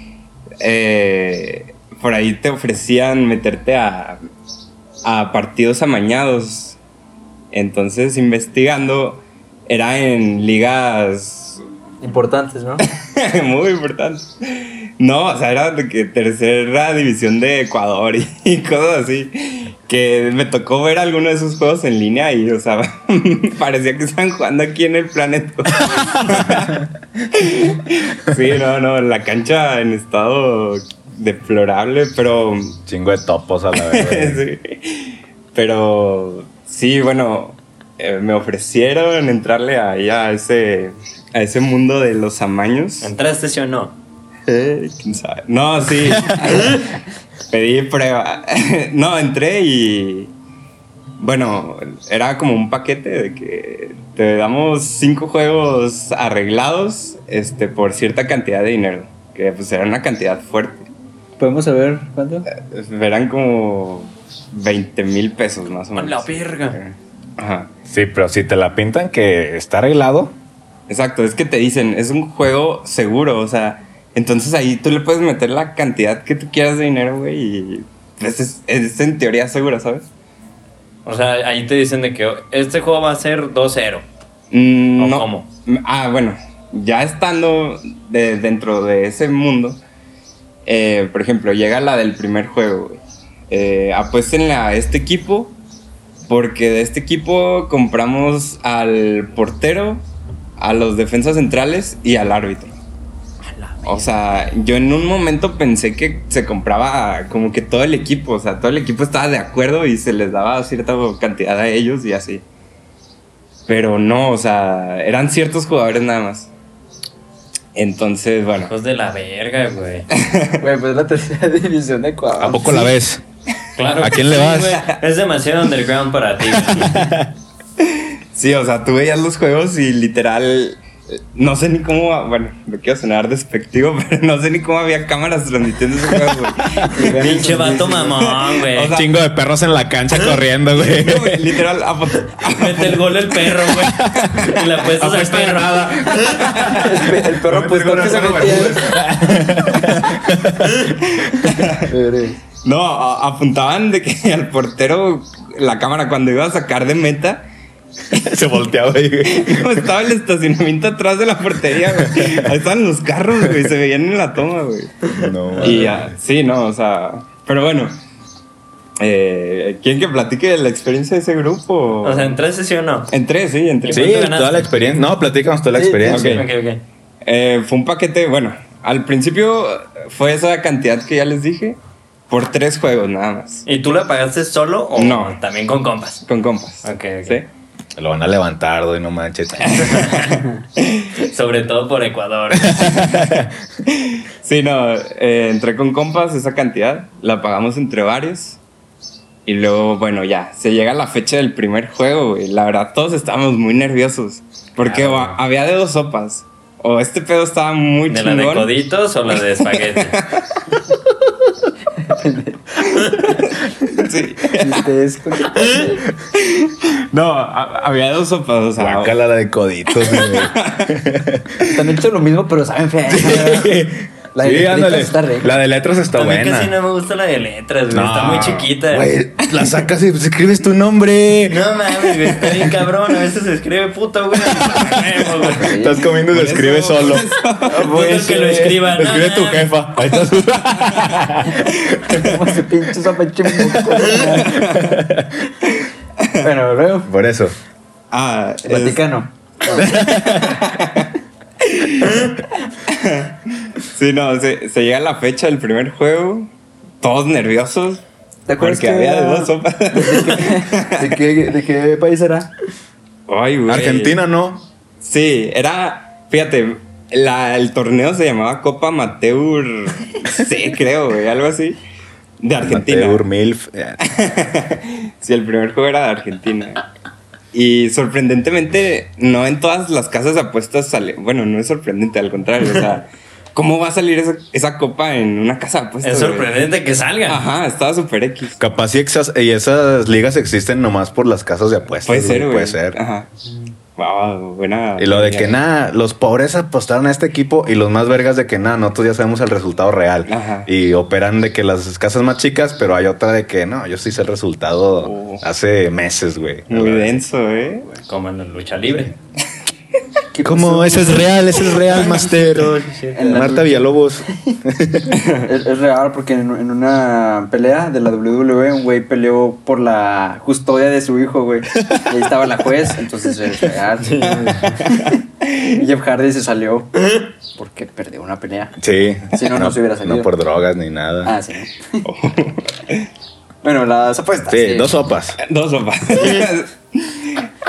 por ahí te ofrecían meterte a partidos amañados. Entonces, investigando, era en ligas Importantes, ¿no? muy importante. No, o sea, era de que tercera división de Ecuador y cosas así. Que me tocó ver alguno de esos juegos en línea y, o sea, parecía que estaban jugando aquí en el planeta. Sí, no, la cancha en estado deplorable, pero... Chingo de topos a la vez, güey. Sí. Pero sí, bueno, me ofrecieron entrarle ahí a ese mundo de los amaños. ¿Entraste sí o no? ¿Quién sabe? No, sí. Pedí prueba. No, entré y... Bueno, era como un paquete de que te damos 5 juegos arreglados por cierta cantidad de dinero. Que pues era una cantidad fuerte. ¿Podemos saber cuánto? Eran como 20,000 pesos más o menos. ¡A la verga! Ajá. Sí, pero si te la pintan que está arreglado. Exacto, es que te dicen, es un juego seguro, o sea, entonces ahí tú le puedes meter la cantidad que tú quieras de dinero, güey, y pues es en teoría seguro, ¿sabes? O sea, ahí te dicen de que este juego va a ser 2-0. ¿O No. cómo? Ah, bueno, ya estando dentro de ese mundo, por ejemplo, llega la del primer juego, güey. Apuéstenle a este equipo, porque de este equipo compramos al portero, a los defensas centrales y al árbitro. O sea, yo en un momento pensé que se compraba como que todo el equipo, o sea, todo el equipo estaba de acuerdo y se les daba cierta cantidad a ellos y así. Pero no, o sea, eran ciertos jugadores nada más. Entonces, bueno. Hijos de la verga, güey. Güey, pues es la tercera división de Ecuador. ¿A poco la ves? Claro. ¿A que quién le sí, vas? güey. Es demasiado underground para ti, güey. Sí, o sea, tú veías los juegos y literal, no sé ni cómo, bueno, no quiero sonar despectivo, pero no sé ni cómo había cámaras transmitiendo ese juego, güey. Pinche vato mamón, güey. O sea, Chingo de perros en la cancha corriendo, güey. No, güey, literal, Mete el gol el perro, güey. Y la apuestas al perro. El perro apostó que se metía. no, apuntaban de que al portero la cámara cuando iba a sacar de meta, Se volteaba, güey. no, estaba el estacionamiento atrás de la portería, güey. Ahí estaban los carros, güey, se veían en la toma, güey. No, Y ya, sí, no, o sea, pero bueno, ¿quieren que platique de la experiencia de ese grupo? O sea, ¿entraste sí o no? Entré, sí, entré. Sí, ¿Cuánto ganaste? toda la experiencia. No, platícanos toda la Sí, experiencia. ok. Ok. Fue un paquete, bueno, al principio fue esa cantidad que ya les dije, por 3 juegos nada más, ¿Y tú la pagaste solo o No. también con compas? con compas. Ok, ok. ¿Sí? Lo van a levantar, güey, no manches. Sobre todo por Ecuador. Sí, no, entré con compas, esa cantidad, la pagamos entre varios. Y luego, bueno, ya, se llega la fecha del primer juego, güey. La verdad, todos estábamos muy nerviosos. Porque había de 2 sopas. O este pedo estaba muy ¿De chingón. la de coditos o la de espagueti? Sí. Ustedes con- No, había 2 sopas, o sea. Guácala la de coditos, güey. Están hechos lo mismo, pero saben feo. La de Sí, letras ándale. está rica. La de letras está A mí buena. casi no me gusta la de letras, güey. Está muy chiquita. Güey, la sacas y escribes tu nombre. No mames, güey. Está bien cabrón. A veces se escribe puto, güey. Güey. Estás comiendo y lo Por eso, escribes solo. Puto que lo escriba. Lo escribe tu jefa. Ahí estás. Como ese pinche sopache moco. Bueno, luego. Por eso. Vaticano. Sí, no, se llega la fecha del primer juego, todos nerviosos. ¿Te acuerdas Porque que había de era- 2 sopas. ¿De qué país era? Ay, güey. Argentina, ¿no? Sí, era, fíjate, el torneo se llamaba Copa Amateur, sí, creo, güey, algo así, de Argentina. Amateur, MILF. Sí, el primer juego era de Argentina. Y sorprendentemente, no en todas las casas de apuestas sale. Bueno, no es sorprendente, al contrario, o sea, ¿cómo va a salir esa copa en una casa de apuestas? Es güey? sorprendente que salga. Ajá, estaba súper X. Capaz y esas ligas existen nomás por las casas de apuestas. Puede ser, güey. Puede ser. Ajá. Wow, buena. Y lo de que nada, los pobres apostaron a este equipo y los más vergas de que nada, nosotros ya sabemos el resultado real. Ajá. Y operan de que las casas más chicas, pero hay otra de que no, yo sí sé el resultado hace meses, güey. Muy denso, ¿eh? Como en la lucha libre. ¿Cómo? Ese es real, Master. En la Marta lucha. Villalobos. Es real porque en una pelea de la WWE un güey peleó por la custodia de su hijo, güey. Y ahí estaba la juez, entonces es real. Y Jeff Hardy se salió porque perdió una pelea. Sí. Si no, no se hubiera salido. No por drogas ni nada. Ah, sí. Bueno, las apuestas. Sí, 2 sopas. 2 sopas.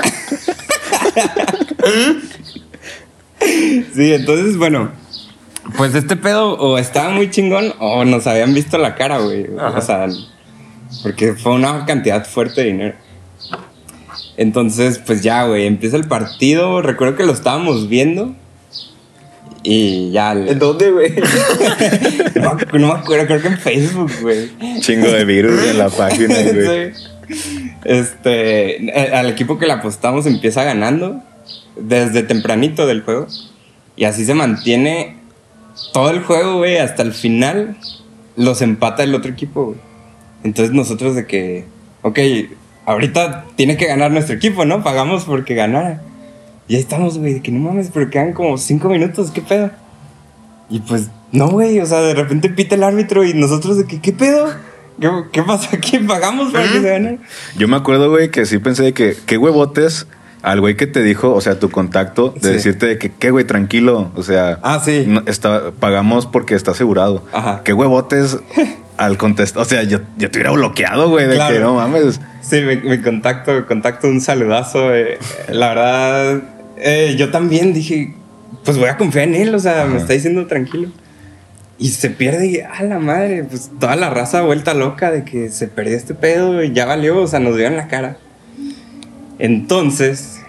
Sí, entonces, bueno, pues este pedo o estaba muy chingón o nos habían visto la cara, güey. O sea, porque fue una cantidad fuerte de dinero. Entonces, pues ya, güey, empieza el partido. Recuerdo que lo estábamos viendo. Y ya. ¿En dónde, güey? No me acuerdo, creo que en Facebook, güey. Chingo de virus en la página, güey. Sí. Al equipo que le apostamos empieza ganando desde tempranito del juego. Y así se mantiene todo el juego, güey, hasta el final. Los empata el otro equipo, güey. Entonces nosotros de que, ok, ahorita tiene que ganar nuestro equipo, ¿no? Pagamos porque ganara. Y ahí estamos, güey, de que no mames, pero quedan como 5 minutos, ¿qué pedo? Y pues, no, güey, o sea, de repente pita el árbitro y nosotros de que, ¿qué pedo? ¿Qué pasa aquí? ¿Pagamos para que se gane? Yo me acuerdo, güey, que sí pensé de que, qué huevotes al güey que te dijo, o sea, tu contacto, de decirte de que, qué güey, tranquilo, o sea, sí. No, pagamos porque está asegurado. Ajá. Qué huevotes al contestar, o sea, yo te hubiera bloqueado, güey, de claro. Que no mames. Sí, mi contacto, un saludazo. La verdad, yo también dije, pues voy a confiar en él, o sea, me está diciendo tranquilo. Y se pierde y, a la madre, pues toda la raza vuelta loca de que se perdió este pedo y ya valió, o sea, nos dio en la cara. Entonces,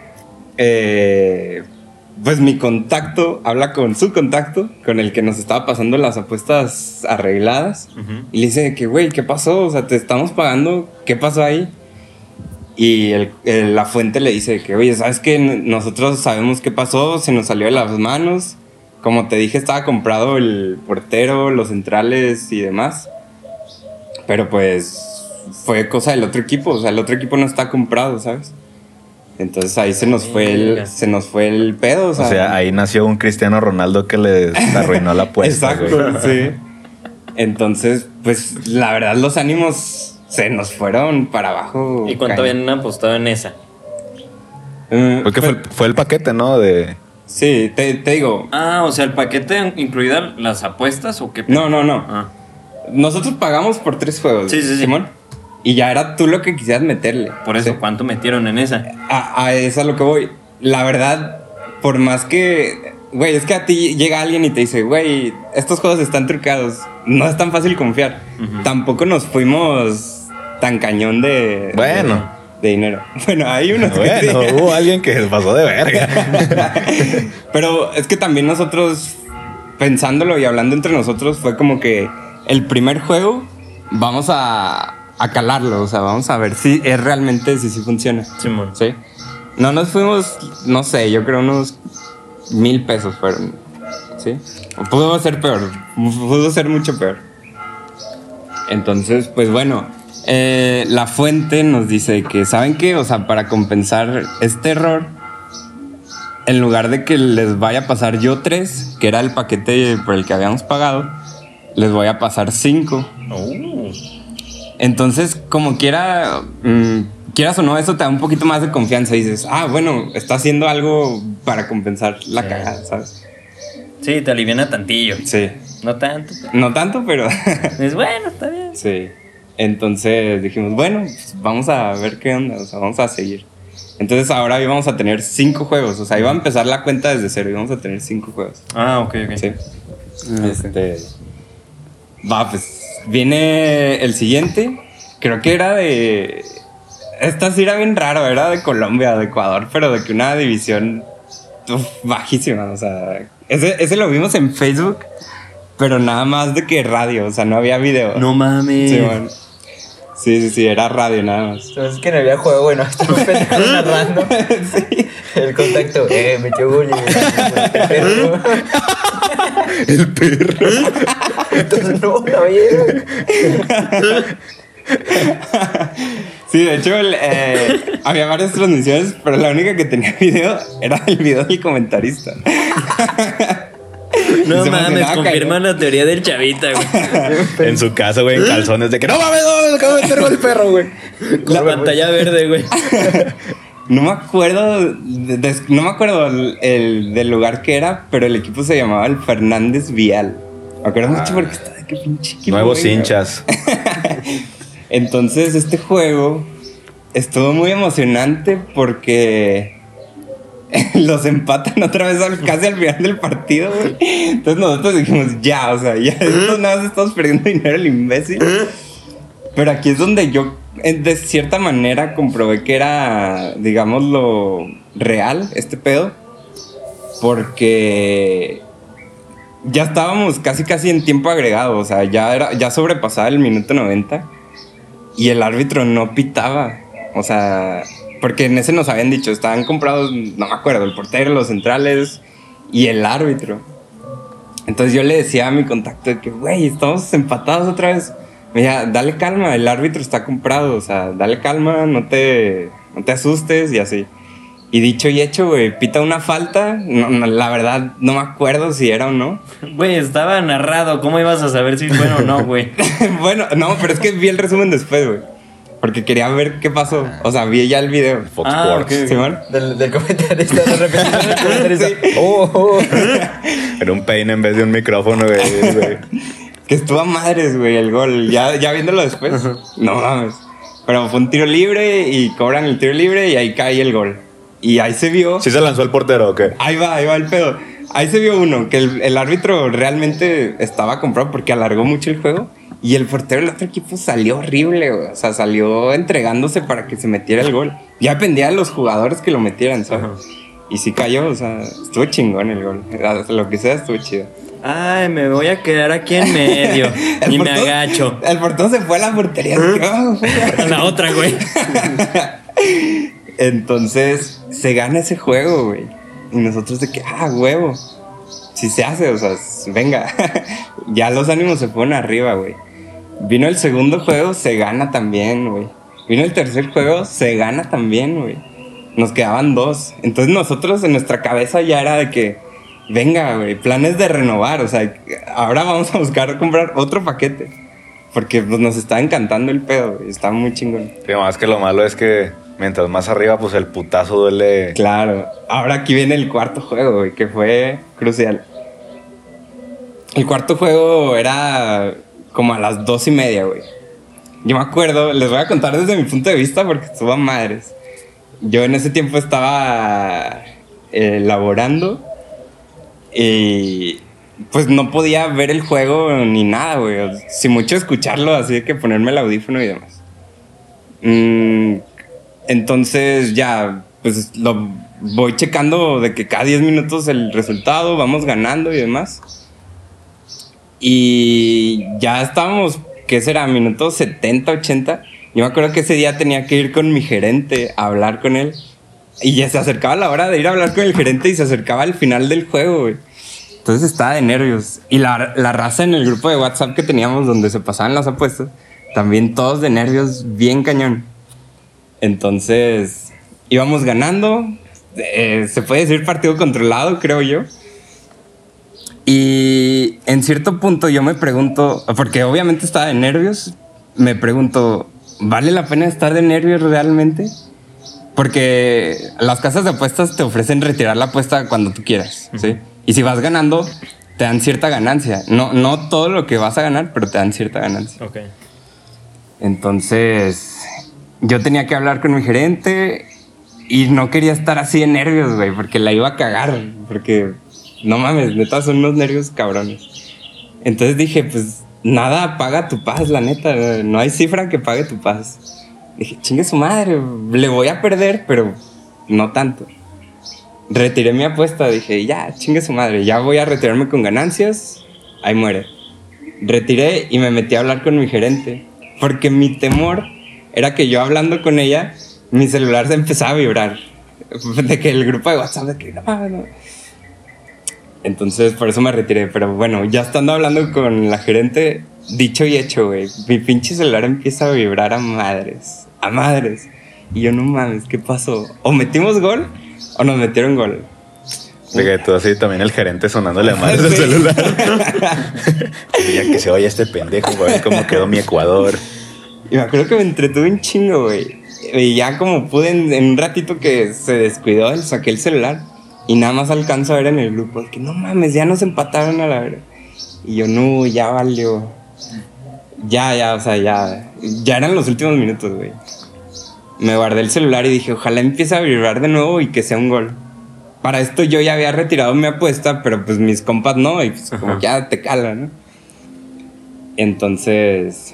pues mi contacto habla con su contacto, con el que nos estaba pasando las apuestas arregladas. Y le dice que, güey, ¿qué pasó? O sea, te estamos pagando, ¿qué pasó ahí? Y la fuente le dice que, oye, ¿sabes qué? Nosotros sabemos qué pasó, se nos salió de las manos. Como te dije, estaba comprado el portero, los centrales y demás. Pero pues fue cosa del otro equipo, o sea, el otro equipo no está comprado, ¿sabes? Entonces ahí se nos fue el pedo, o sea, ahí nació un Cristiano Ronaldo que les arruinó la apuesta. Exacto, güey. Sí. Entonces, pues la verdad los ánimos se nos fueron para abajo. ¿Y cuánto habían apostado en esa? Porque fue el paquete, ¿no? Sí, te digo. O sea, ¿el paquete incluida las apuestas o qué? No. Nosotros pagamos por 3 juegos. Sí. Simón. Y ya era tú lo que quisieras meterle. Por eso, ¿sí? ¿Cuánto metieron en esa? A esa es lo que voy. La verdad, por más que... Güey, es que a ti llega alguien y te dice, güey, estos juegos están trucados. No es tan fácil confiar. Tampoco nos fuimos tan cañón de dinero. Bueno, hay unos que sí. Hubo alguien que se pasó de verga. Pero es que también nosotros, pensándolo y hablando entre nosotros, fue como que el primer juego vamos a calarlo, o sea, vamos a ver si es realmente, si funciona. Simón. ¿Sí? No nos fuimos, no sé, yo creo unos 1,000 pesos fueron, ¿sí? Pudo ser peor, pudo ser mucho peor. Entonces, pues bueno, la fuente nos dice que, ¿saben qué? O sea, para compensar este error, en lugar de que les vaya a pasar yo 3, que era el paquete por el que habíamos pagado, les voy a pasar 5. Entonces, como quieras o no, eso te da un poquito más de confianza. Y dices, bueno, está haciendo algo para compensar la cagada, ¿sabes? Sí, te aliviana tantillo. Sí. No tanto. No tanto, pero... Es bueno, está bien. Sí. Entonces dijimos, bueno, pues vamos a ver qué onda, o sea, vamos a seguir. Entonces ahora íbamos a tener 5 juegos, o sea, iba a empezar la cuenta desde cero, íbamos a tener 5 juegos. Ok. Sí. Pues viene el siguiente, creo que era de... Esta sí era bien raro, era de Colombia, de Ecuador, pero de que una división bajísima, o sea... Ese lo vimos en Facebook, pero nada más de que radio, o sea, no había video. No mames. Sí, bueno. Sí, era radio nada más. Es que no había juego, bueno, estaba narrando. Sí. El contacto, metió gol y El perro. Entonces no la vieron. Sí, de hecho había varias transmisiones, pero la única que tenía video era el video del comentarista. No mames, confirma la teoría del chavita, güey. En su casa, güey, en calzones, de que no mames, acabo de meter el perro, güey. La pantalla verde, güey. No me acuerdo el del lugar que era, pero el equipo se llamaba el Fernández Vial. Me acuerdo mucho porque estaba de que pinche equipo. Nuevos hinchas. Entonces este juego estuvo muy emocionante porque los empatan otra vez casi al final del partido, güey. Entonces nosotros dijimos, ya, o sea, ya esto nada más estamos perdiendo dinero el imbécil. Pero aquí es donde yo, de cierta manera, comprobé que era, digamos, lo real, este pedo. Porque ya estábamos casi en tiempo agregado, o sea, ya sobrepasaba el minuto 90 y el árbitro no pitaba, o sea, porque en ese nos habían dicho, estaban comprados, no me acuerdo, el portero, los centrales y el árbitro. Entonces yo le decía a mi contacto de que, güey, estamos empatados otra vez. Me decía, dale calma, el árbitro está comprado, o sea, dale calma, no te asustes y así. Y dicho y hecho, güey, pita una falta. No, la verdad, no me acuerdo si era o no. Güey, estaba narrado. ¿Cómo ibas a saber si fue o no, güey? Bueno, no, pero es que vi el resumen después, güey. Porque quería ver qué pasó. O sea, vi ya el video. Fox Sports. Okay. ¿Simón? Del comentarista, de repente el comentarista. Sí. Era un peine en vez de un micrófono, güey. Que estuvo a madres, güey, el gol. Ya viéndolo después. No mames. Pero fue un tiro libre y cobran el tiro libre y ahí cae el gol. Y ahí se vio... ¿Sí se lanzó el portero o qué? Ahí va el pedo. Ahí se vio uno, que el árbitro realmente estaba comprado porque alargó mucho el juego. Y el portero del otro equipo salió horrible, güey. O sea, salió entregándose para que se metiera el gol. Ya dependía de los jugadores que lo metieran, ¿sabes? Y sí cayó, o sea, estuvo chingón el gol. Lo que sea, estuvo chido. Ay, me voy a quedar aquí en medio. Y me agacho. El portero se fue a la portería. A la otra, güey. Entonces, se gana ese juego, güey. Y nosotros de que, huevo. Si se hace, o sea, venga. Ya los ánimos se fueron arriba, güey. Vino el segundo juego, se gana también, güey. Vino el tercer juego, se gana también, güey. Nos quedaban 2. Entonces nosotros en nuestra cabeza ya era de que, venga, güey, planes de renovar. O sea, ahora vamos a buscar comprar otro paquete. Porque pues, nos está encantando el pedo, güey. Está muy chingón. Sí, más que lo malo es que mientras más arriba, pues el putazo duele. Claro. Ahora aquí viene el cuarto juego, güey, que fue crucial. El cuarto juego era como a las 2:30, güey. Yo me acuerdo, les voy a contar desde mi punto de vista porque estuvo a madres. Yo en ese tiempo estaba laborando y pues no podía ver el juego ni nada, güey. Sin mucho escucharlo, así de que ponerme el audífono y demás. Entonces ya, pues lo voy checando de que cada 10 minutos el resultado, vamos ganando y demás. Y ya estábamos, ¿qué será? Minutos 70, 80. Yo me acuerdo que ese día tenía que ir con mi gerente a hablar con él. Y ya se acercaba la hora de ir a hablar con el gerente y se acercaba al final del juego, güey. Entonces estaba de nervios. Y la raza en el grupo de WhatsApp que teníamos donde se pasaban las apuestas, también todos de nervios, bien cañón. Entonces íbamos ganando. Se puede decir partido controlado, creo yo. Y en cierto punto yo me pregunto, porque obviamente estaba de nervios, me pregunto, ¿vale la pena estar de nervios realmente? Porque las casas de apuestas te ofrecen retirar la apuesta cuando tú quieras, ¿sí? Y si vas ganando, te dan cierta ganancia. No todo lo que vas a ganar, pero te dan cierta ganancia. Ok. Entonces, yo tenía que hablar con mi gerente y no quería estar así de nervios, güey, porque la iba a cagar, porque... No mames, neta, son unos nervios cabrones. Entonces dije, pues, nada paga tu paz, la neta. No hay cifra que pague tu paz. Dije, chingue su madre, le voy a perder, pero no tanto. Retiré mi apuesta, dije, ya, chingue su madre, ya voy a retirarme con ganancias, ahí muere. Retiré y me metí a hablar con mi gerente. Porque mi temor era que yo hablando con ella, mi celular se empezaba a vibrar. De que el grupo de WhatsApp, de que no. Entonces, por eso me retiré. Pero bueno, ya estando hablando con la gerente, dicho y hecho, güey. Mi pinche celular empieza a vibrar a madres. A madres. Y yo, no mames, ¿qué pasó? O metimos gol o nos metieron gol. De que tú así también el gerente sonándole a madres el celular. Ya que se vaya este pendejo, güey, cómo quedó mi Ecuador. Y me acuerdo que me entretuve un chingo, güey. Y ya como pude, en un ratito que se descuidó, saqué el celular. Y nada más alcanzo a ver en el grupo que no mames, ya nos empataron a la verga. Y yo, no, ya valió. Ya, o sea, ya eran los últimos minutos, güey. Me guardé el celular y dije, ojalá empiece a vibrar de nuevo y que sea un gol. para esto yo ya había retirado mi apuesta, pero pues mis compas no, y pues como ya te cala, ¿no? Entonces,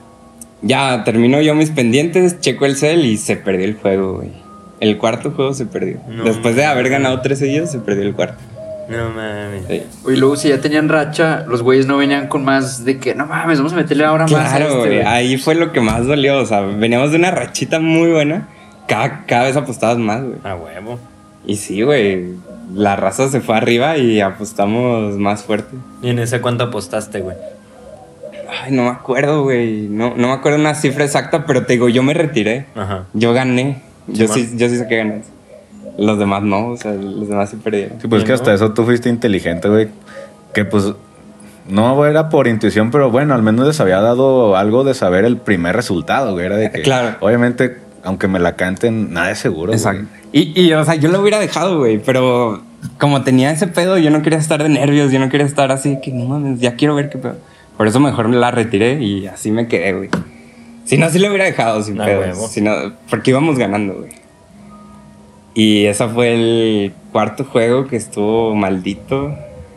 ya termino yo mis pendientes, checo el cel y se perdió el juego, güey. El cuarto juego se perdió. No, Después de haber ganado 3 seguidos, se perdió el cuarto. No mames. Sí. Oye, luego si ya tenían racha, los güeyes no venían con más de que, no mames, vamos a meterle ahora más a Claro, güey, güey. ahí fue lo que más dolió. O sea, veníamos de una rachita muy buena. Cada vez apostabas más, güey. A huevo. Y sí, güey, la raza se fue arriba y apostamos más fuerte. ¿Y en ese cuánto apostaste, güey? Ay, no me acuerdo, güey. No me acuerdo una cifra exacta, pero te digo, yo me retiré. Ajá. Yo gané. Yo Simón. sí sé que gané. Los demás no, o sea, los demás se perdieron. Sí, pues es que ¿no? hasta eso tú fuiste inteligente, güey. Que pues no era por intuición, pero bueno, al menos les había dado algo de saber el primer resultado, güey. Era de que, Claro. obviamente, aunque me la canten, nada es seguro. Exacto. Güey. Y, o sea, yo lo hubiera dejado, güey, pero como tenía ese pedo, yo no quería estar de nervios, yo no quería estar así, que no mames, ya quiero ver qué pedo. Por eso mejor la retiré y así me quedé, güey. Si no, sí lo hubiera dejado sin Ah, pedos. huevo. Si no, porque íbamos ganando, güey. Y ese fue el cuarto juego que estuvo maldito.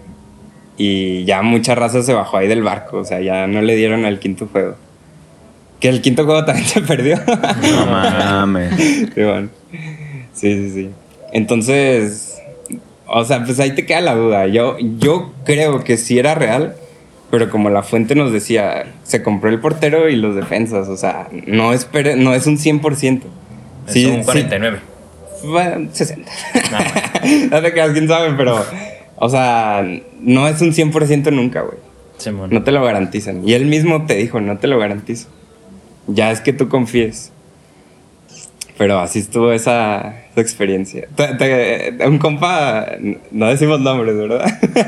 Y ya mucha raza se bajó ahí del barco, o sea, ya no le dieron al quinto juego. Que el quinto juego también se perdió. No mames. Sí, bueno. Sí. Entonces, o sea, pues ahí te queda la duda. Yo creo que sí era real, pero como la fuente nos decía, se compró el portero y los defensas. O sea, no es un 100%. Es un 49. Bueno, 60. No te quedas, quién sabe, pero, o sea, no es un 100% nunca, güey. Simón. No te lo garantizan. Y él mismo te dijo, no te lo garantizo. Ya es que tú confíes. Pero así estuvo esa experiencia. Un compa, no decimos nombres, ¿verdad?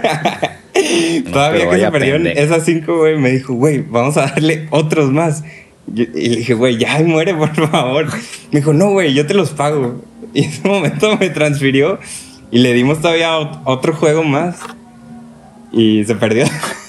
Todavía pero que se vaya perdieron pendejo. esas 5, güey, me dijo, güey, vamos a darle otros más. Y le dije, güey, ya muere, por favor. Me dijo, no, güey, yo te los pago. Y en ese momento me transfirió y le dimos todavía otro juego más. Y se perdió.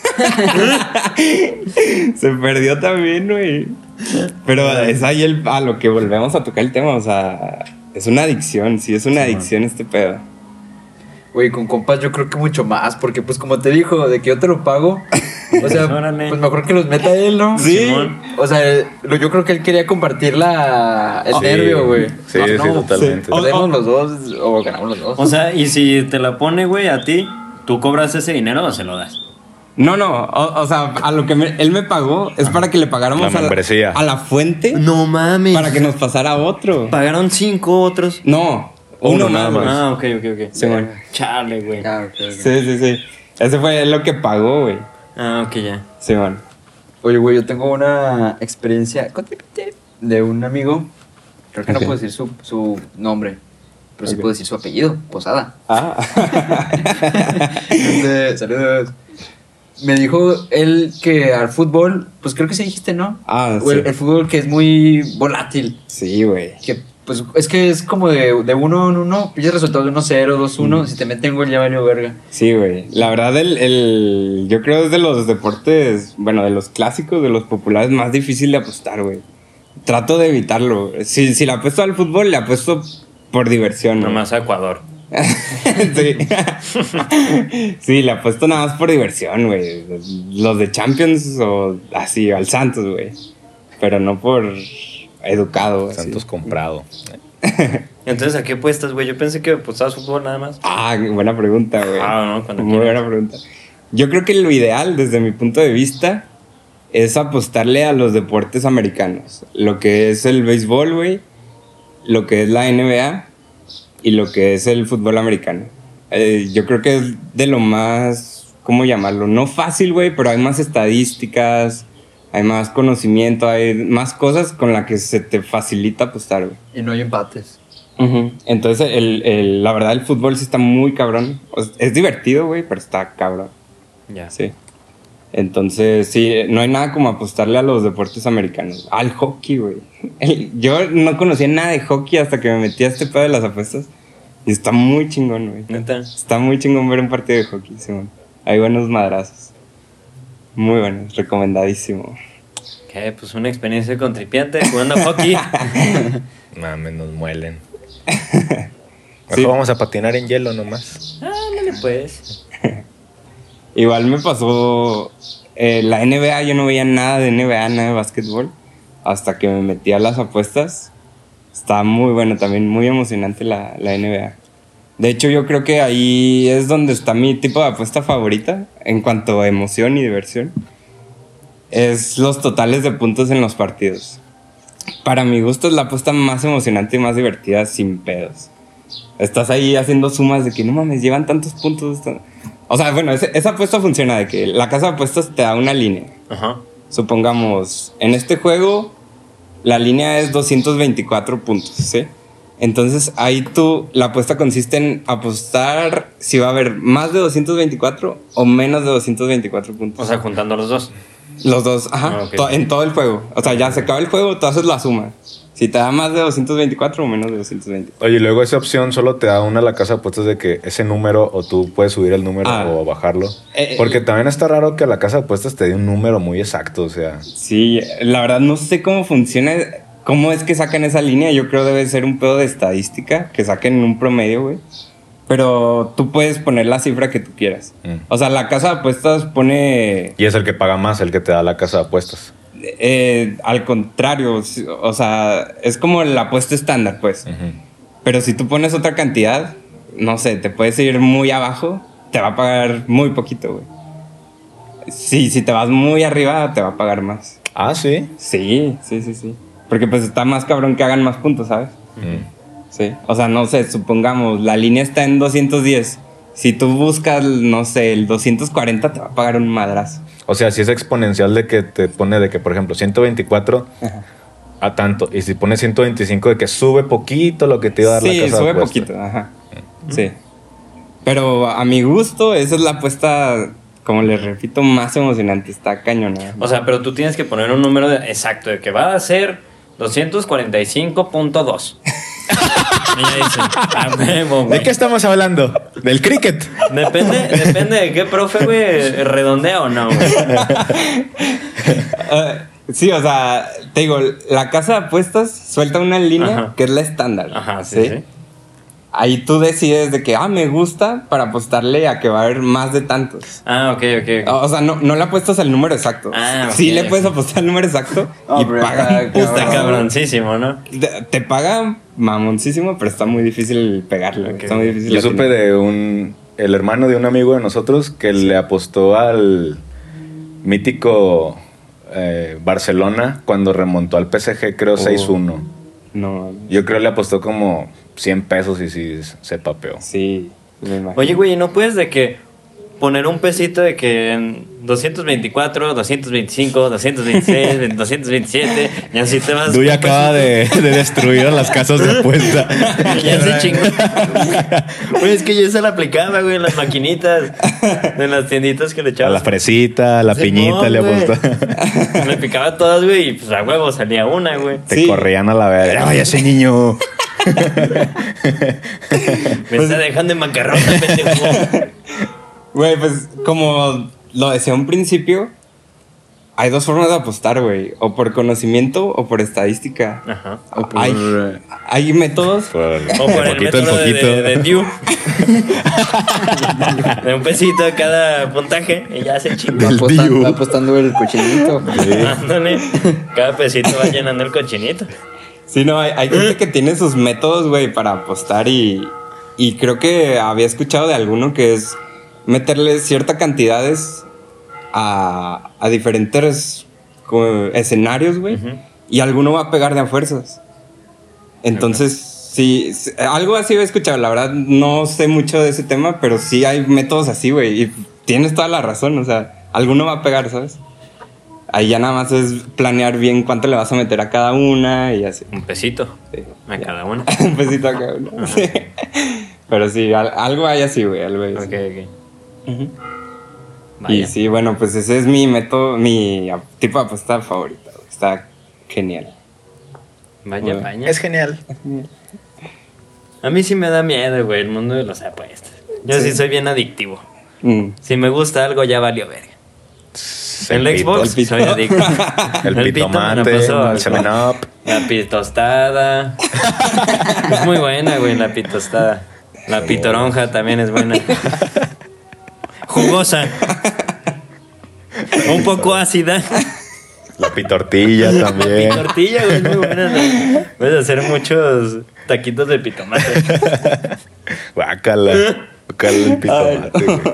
Se perdió también, güey. Pero es ahí a lo que volvemos a tocar el tema. O sea, es una adicción. Sí, es una adicción este pedo. Güey, con compas yo creo que mucho más, porque pues como te dijo, de que yo te lo pago, o sea, Órale. pues mejor que los meta él, ¿no? Sí. Simón. O sea, yo creo que él quería compartir el nervio, güey. Sí, No, sí, no, totalmente. sí. Perdemos los dos o ganamos los dos. O sea, y si te la pone, güey, a ti, ¿tú cobras ese dinero o se lo das? No, o sea, a lo que él me pagó es para que le pagáramos La membresía. a la fuente No mames. para que nos pasara otro. Pagaron 5 otros. No, uno nada más. Ah, ok. Sí, bueno. Chale, güey. Ah, ok. Sí. Ese fue lo que pagó, güey. Ah, ok, ya. Sí, bueno. Oye, güey, yo tengo una experiencia de un amigo. Creo que Ok. no puedo decir su nombre, pero sí Ok. puedo decir su apellido, Posada. Ah. Saludos. Me dijo él que al fútbol, pues creo que sí dijiste, ¿no? Ah, O sí. el fútbol que es muy volátil. Sí, güey. Que pues es que es como de uno en uno, pillas resultados de 1-0, 2-1. Si te meten gol ya valió verga. Sí, güey. La verdad, yo creo es de los deportes, bueno, de los clásicos, de los populares, más difícil de apostar, güey. Trato de evitarlo. Si le apuesto al fútbol, le apuesto por diversión. güey. Nomás a Ecuador. Sí. Sí, le apuesto nada más por diversión, güey. Los de Champions o así, al Santos, güey. Pero no por educado, así. Santos comprado. Entonces, ¿a qué apuestas, güey? Yo pensé que apostabas fútbol nada más. Ah, buena pregunta, güey. Ah, no, cuando Muy quieras. buena pregunta. Yo creo que lo ideal, desde mi punto de vista, es apostarle a los deportes americanos. Lo que es el béisbol, güey. Lo que es la NBA. Y lo que es el fútbol americano. Yo creo que es de lo más, ¿cómo llamarlo? No fácil, güey, pero hay más estadísticas, hay más conocimiento, hay más cosas con las que se te facilita apostar, güey. Y no hay empates. Entonces, la verdad, el fútbol sí está muy cabrón. Es divertido, güey, pero está cabrón. Ya. Sí. Entonces, sí, no hay nada como apostarle a los deportes americanos. Al hockey, güey. Yo no conocía nada de hockey hasta que me metí a este pedo de las apuestas. Y está muy chingón, güey. ¿Neta? Está muy chingón ver un partido de hockey, Simón. Hay buenos madrazos. Muy buenos, recomendadísimo. ¿Qué? Pues una experiencia con tripiante jugando hockey. Mames, nos muelen. Mejor Sí. vamos a patinar en hielo nomás. Ándale, pues. Igual me pasó la NBA, yo no veía nada de NBA, nada de básquetbol, hasta que me metí a las apuestas. Está muy bueno también, muy emocionante la NBA. De hecho, yo creo que ahí es donde está mi tipo de apuesta favorita en cuanto a emoción y diversión. Es los totales de puntos en los partidos. Para mi gusto es la apuesta más emocionante y más divertida sin pedos. Estás ahí haciendo sumas de que no mames, llevan tantos puntos. O sea, bueno, esa apuesta funciona de que la casa de apuestas te da una línea. Ajá. Supongamos, en este juego la línea es 224 puntos, ¿sí? Entonces ahí la apuesta consiste en apostar si va a haber más de 224 o menos de 224 puntos. O sea, juntando los dos. Los dos, ajá, Ah, ok. en todo el juego. O sea, ya se acaba el juego, tú haces la suma. Si te da más de 224 o menos de 224. Oye, y luego esa opción solo te da una a la casa de apuestas de que ese número o tú puedes subir el número o bajarlo. Porque también está raro que a la casa de apuestas te dé un número muy exacto, o sea. Sí, la verdad no sé cómo funciona, cómo es que sacan esa línea. Yo creo debe ser un pedo de estadística, que saquen un promedio, güey. Pero tú puedes poner la cifra que tú quieras. O sea, la casa de apuestas pone... Y es el que paga más, el que te da la casa de apuestas. Al contrario, o sea, es como la apuesta estándar, pues. Pero si tú pones otra cantidad, no sé, te puedes ir muy abajo, te va a pagar muy poquito, güey. Sí, si te vas muy arriba, te va a pagar más. Ah, sí. Sí. Porque pues está más cabrón que hagan más puntos, ¿sabes? Sí. O sea, no sé, supongamos, la línea está en 210. Si tú buscas, no sé, el 240, te va a pagar un madrazo. O sea, si es exponencial de que te pone de que, por ejemplo, 124 a tanto. Y si pones 125 de que sube poquito lo que te iba a dar la casa de Sí, sube apuestas. poquito, ajá. Sí. Pero a mi gusto, esa es la apuesta, como les repito, más emocionante. Está cañona. O sea, pero tú tienes que poner un número exacto de que va a ser 245.2. Y ya dicen, a huevo, güey. ¿De qué estamos hablando? ¿Del cricket? Depende de qué profe, güey, redondea o no, güey. Sí, o sea, te digo, la casa de apuestas suelta una línea Ajá. que es la estándar. Ajá, sí. Ahí tú decides de que, me gusta para apostarle a que va a haber más de tantos. Ah, ok. O sea, no le apuestas al número exacto. Ah, Sí ok. le puedes apostar al número exacto No, y pero pagan. Está cabroncísimo, ¿no? Te paga mamoncísimo, pero está muy difícil pegarlo. Ok. Está muy difícil. Yo supe de el hermano de un amigo de nosotros que le apostó al mítico Barcelona cuando remontó al PSG, creo 6-1. No, Yo creo le apostó como 100 pesos y sí se papeó. sí, me imagino. Oye, güey, ¿no puedes de que poner un pesito de que en 224, 225, 226, 227, y así te vas... Duy acaba de destruir a las casas de apuesta. Ya se chingó. Güey, es que yo esa la aplicaba, güey, en las maquinitas, en las tienditas que le A echabas. la fresita, a la Simón, piñita le güey. apostó. Me picaba todas, güey, y pues a huevo salía una, güey. Te Sí. corrían a la verga. ¡Ay, ese niño! Me está dejando en macarrón, pendejo. Güey, pues como lo decía a un principio, hay dos formas de apostar, güey. O por conocimiento o por estadística. Ajá. Hay métodos. Por O por el método de Dew. De un pesito a cada puntaje y ya se chingó. Del Diu. Va apostando el cochinito. Ándale. Cada pesito va llenando el cochinito. Sí, no, hay gente que tiene sus métodos, güey, para apostar y creo que había escuchado de alguno que es meterle ciertas cantidades a diferentes escenarios, güey, y alguno va a pegar de a fuerzas. Entonces, sí, algo así he escuchado, la verdad no sé mucho de ese tema, pero sí hay métodos así, güey, y tienes toda la razón, o sea, alguno va a pegar, ¿sabes? Ahí ya nada más es planear bien cuánto le vas a meter a cada una y así. Un pesito Sí. a cada uno. Un pesito a cada una. Sí. Pero sí, algo hay así, güey, algo hay así. Ok. Ujú. Vaya. Y sí, bueno, pues ese es mi método, mi tipo de apuesta favorita, güey. Está genial. Vaya, vaya. Es genial. A mí sí me da miedo, güey, el mundo de las apuestas. Yo sí soy bien adictivo. Si me gusta algo, ya valió verga. En el Xbox el pito. soy adicto. El pito me la pitomate, pasó, el 7-Up. La pitostada. Es muy buena, güey, la pitostada. La pitoronja también es buena. Jugosa. Un poco ácida. La pitortilla también. La pitortilla, güey, muy buena. ¿No? Puedes hacer muchos taquitos de pitomate. Guácala el pitomate, güey.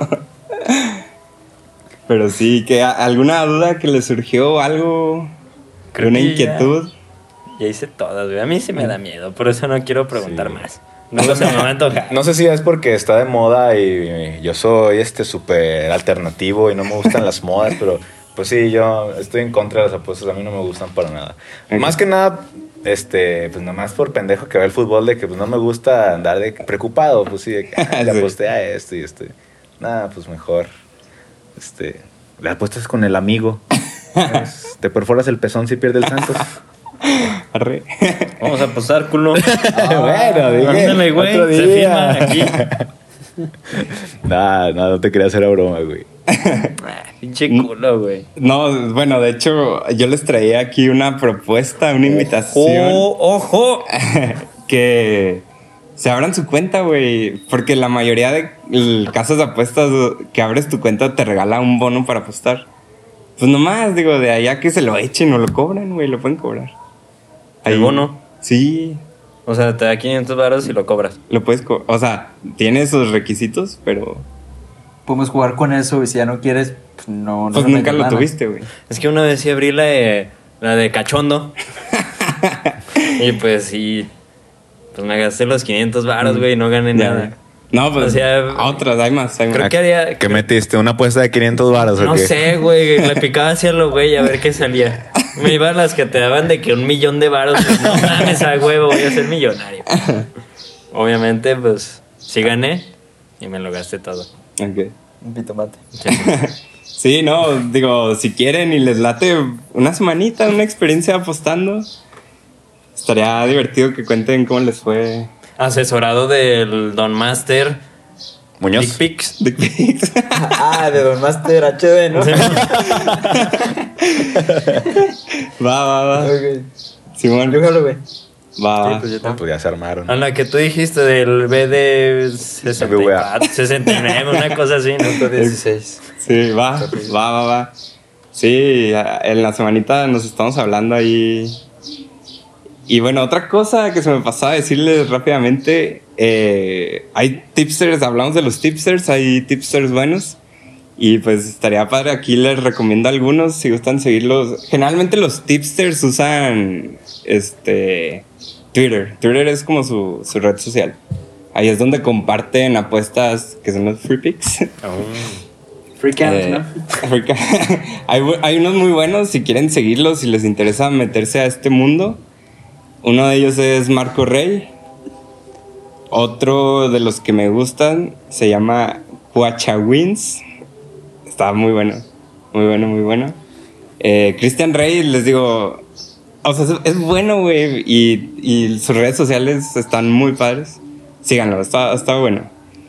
Pero sí, que ¿alguna duda que le surgió? ¿Algo? Creo ¿Una que inquietud? Ya hice todas, güey. A mí sí me da miedo, por eso no quiero preguntar más. No se me va a antojar. No sé si es porque está de moda y yo soy súper alternativo y no me gustan las modas, pero pues sí, yo estoy en contra de las apuestas, a mí no me gustan para nada. Más que nada, pues nomás por pendejo que ve el fútbol, de que pues no me gusta andar de preocupado, pues sí, de que le aposté a esto y esto. Nada, pues mejor, le apuestas con el amigo. Te perforas el pezón si pierde el Santos. Arre. Vamos a apostar, culo. Bueno, dije, ándale, güey. otro Se día. firma aquí. No te quería hacer a broma, güey. Pinche culo, güey. No, bueno, de hecho, yo les traía aquí una propuesta, una invitación. ¡Ojo! Que se abran su cuenta, güey. Porque la mayoría de casas de apuestas que abres tu cuenta te regala un bono para apostar. Pues nomás, digo, de allá que se lo echen o lo cobran, güey, lo pueden cobrar. ¿El bono? Sí. O sea, te da 500 varos y lo cobras. Lo puedes cobrar. O sea, tiene sus requisitos, pero Podemos jugar con eso y si ya no quieres, pues no. pues no nunca metes lo lana. tuviste, güey. Es que una vez sí abrí la de cachondo. Y pues sí. Pues me gasté los 500 varos, güey, y no gané Ya. nada. No, pues O sea, a otras, hay más. Creo que haría. ¿Qué metiste? ¿Una apuesta de 500 varos o No qué? sé, güey. Le picaba hacia lo güey a ver qué salía. Me iban las que te daban de que 1,000,000 de varos. Pues, no mames, a huevo, voy a ser millonario. Obviamente, pues sí gané y me lo gasté todo. Ok. Un pitomate. Sí. Sí, no, digo, si quieren y les late una semanita, una experiencia apostando, estaría divertido que cuenten cómo les fue. Asesorado del Don Master Muñoz. Dick Pics. Dick pics. De Don Master HD, ¿no? Sí. Va. Ok. Simón, Yo jalo, güey. va. Pues yo también. Pues ya se armaron. A la que tú dijiste del BD 64, 69, una cosa así, ¿no? 16. Sí, va. Sí, en la semanita nos estamos hablando ahí. Y bueno, otra cosa que se me pasaba a decirles rápidamente, hay tipsters, hablamos de los tipsters, hay tipsters buenos. Y pues estaría padre, aquí les recomiendo algunos si gustan seguirlos. Generalmente los tipsters usan Twitter. Twitter es como su red social. Ahí es donde comparten apuestas que son los free picks. Free cams, ¿no? Hay unos muy buenos si quieren seguirlos, si les interesa meterse a este mundo. Uno de ellos es Marco Rey. Otro de los que me gustan se llama Cuachawins. Está muy bueno. Muy bueno. Cristian Rey, les digo, o sea, es bueno, güey. Y sus redes sociales están muy padres. Síganlo, está bueno.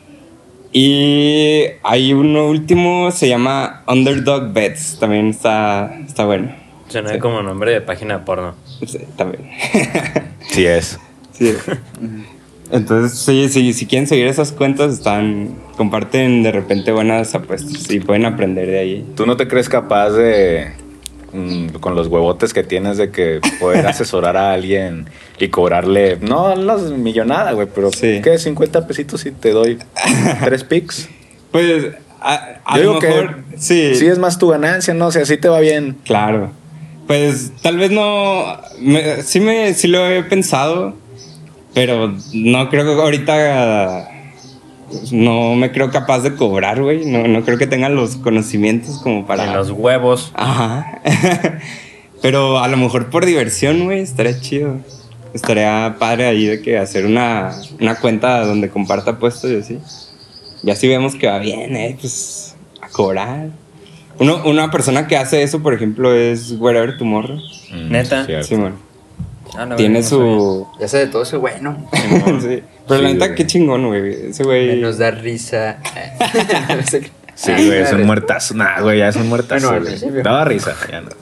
Y hay uno último, se llama Underdog Bets. También está bueno. Suena como nombre de página porno. Sí, también. Sí es. Sí. Entonces, sí, si quieren seguir esas cuentas, comparten de repente buenas apuestas y pueden aprender de ahí. ¿Tú no te crees capaz de, con los huevotes que tienes, de que poder asesorar a alguien y cobrarle, no las millonadas, güey, pero Sí. ¿qué? 50 pesitos y te doy 3 picks? Pues, a Yo lo digo mejor, que sí. sí es más tu ganancia, ¿no? O sea, así te va bien. Claro. Pues tal vez no. Sí lo he pensado, pero no creo que ahorita. No me creo capaz de cobrar, güey. No creo que tenga los conocimientos como para. En los huevos. Ajá. Pero a lo mejor por diversión, güey, estaría chido. Estaría padre ahí de que hacer una cuenta donde comparta apuestas y así. Y así vemos que va bien, pues a cobrar. Una persona que hace eso, por ejemplo, es Wherever Tomorrow. ¿Neta? Cierto. Sí, bueno. Ah, no, Tiene no su. sabía. Ya sé de todo ese güey, ¿no? Sí. Pero la Sí, neta, güey. qué chingón, güey. Ese güey. Nos da risa. Sí, güey, es un muertazo. Nah, güey, ya es un muertazo. Bueno, al güey. principio. Daba risa, ya no.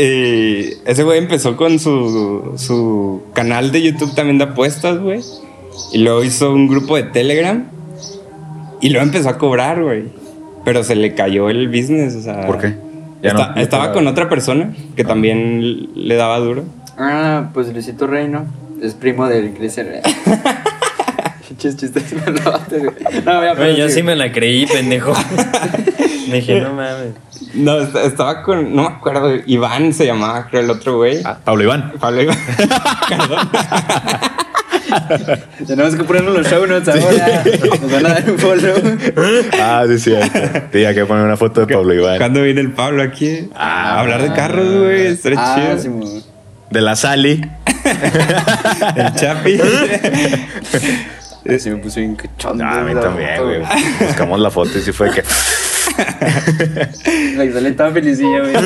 Ese güey empezó con su canal de YouTube también de apuestas, güey. Y luego hizo un grupo de Telegram. Y luego empezó a cobrar, güey. Pero se le cayó el business, o sea... ¿Por qué? Estaba con otra persona que también le daba duro. Ah, pues Luisito Rey, ¿no? Es primo del Grisser. Chistes, me robaste, güey. No, ya, Güey, yo sí me la creí, pendejo. Dije, no mames. No, estaba con... No me acuerdo. Iván se llamaba, creo, el otro güey. Pablo Iván. Pablo Iván. Perdón. Tenemos que ponerlo en los show notes ahora. Nos van a dar un follow. Sí, cierto. Tenía que poner una foto de Pablo Iván. ¿Cuándo viene el Pablo aquí? A hablar de carros, güey. Estaría chido. Sí, mo. De la Sally. El Chapi. Sí me puse bien cachondo. A mí también, güey. Buscamos la foto y sí fue que... La Isabel estaba felicilla, güey.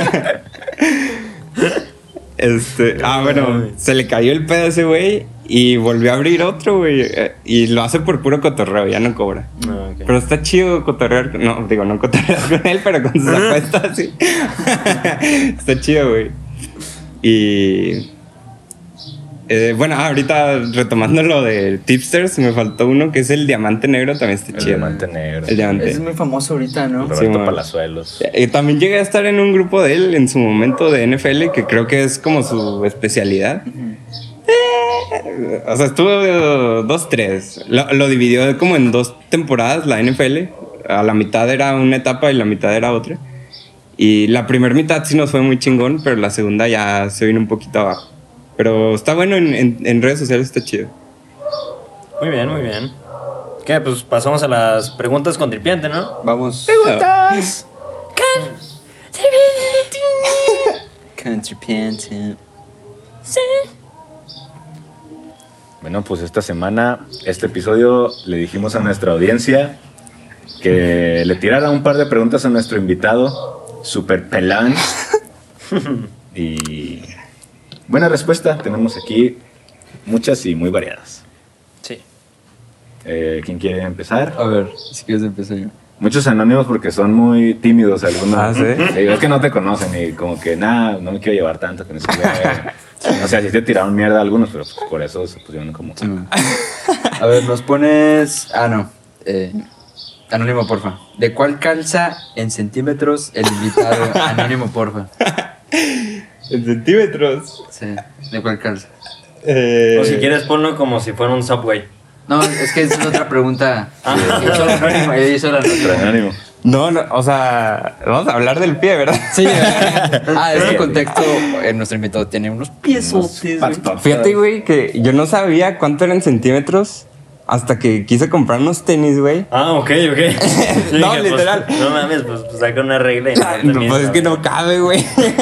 Bueno, se le cayó el pedo a ese güey y volvió a abrir otro, güey. Y lo hace por puro cotorreo, ya no cobra. No, okay. Pero está chido cotorrear. No cotorrear con él, pero con sus apuestas, sí. Está chido, güey. Y... bueno, ahorita retomando lo de tipsters, me faltó uno que es el diamante negro, también está El chido. diamante negro. El diamante. Es muy famoso ahorita, ¿no? Roberto man. Palazuelos. También llegué a estar en un grupo de él en su momento de NFL, que creo que es como su especialidad. O sea, estuvo 2-3. Lo dividió como en 2 temporadas la NFL. A la mitad era una etapa y la mitad era otra. Y la primera mitad sí nos fue muy chingón, pero la segunda ya se vino un poquito abajo. Pero está bueno en redes sociales, está chido. Muy bien, muy bien. ¿Qué? Pues pasamos a las preguntas con tripiente, ¿no? Vamos. ¡Preguntas! Contripiente. Bueno, pues esta semana, este episodio, le dijimos a nuestra audiencia que le tirara un par de preguntas a nuestro invitado, Super Pelán. Y buena respuesta, tenemos aquí muchas y muy variadas. Sí. ¿Quién quiere empezar? A ver, si quieres empezar yo. Muchos anónimos porque son muy tímidos algunos. Ah, ¿sí? Es que no te conocen y como que nada, no me quiero llevar tanto con ese güey. O sea, sí te tiraron mierda algunos, pero pues por eso se pusieron como... Sí, man. A ver, nos pones... no. Anónimo, porfa. ¿De cuál calza en centímetros el invitado? Anónimo, porfa. En centímetros. Sí. ¿De cuál calza? O si quieres ponlo como si fuera un Subway. No, es que esa es otra pregunta. Hizo el anónimo, ella hizo la Otro anónimo. anónimo. No, o sea, vamos a hablar del pie, ¿verdad? Sí, es que contexto, nuestro invitado tiene unos piesotes, güey. Fíjate, güey, que yo no sabía cuánto eran centímetros hasta que quise comprar unos tenis, güey. Ah, ok. Sí, No, que, literal. Pues, no mames, pues saca una regla. Y No, pues es que no cabe, güey.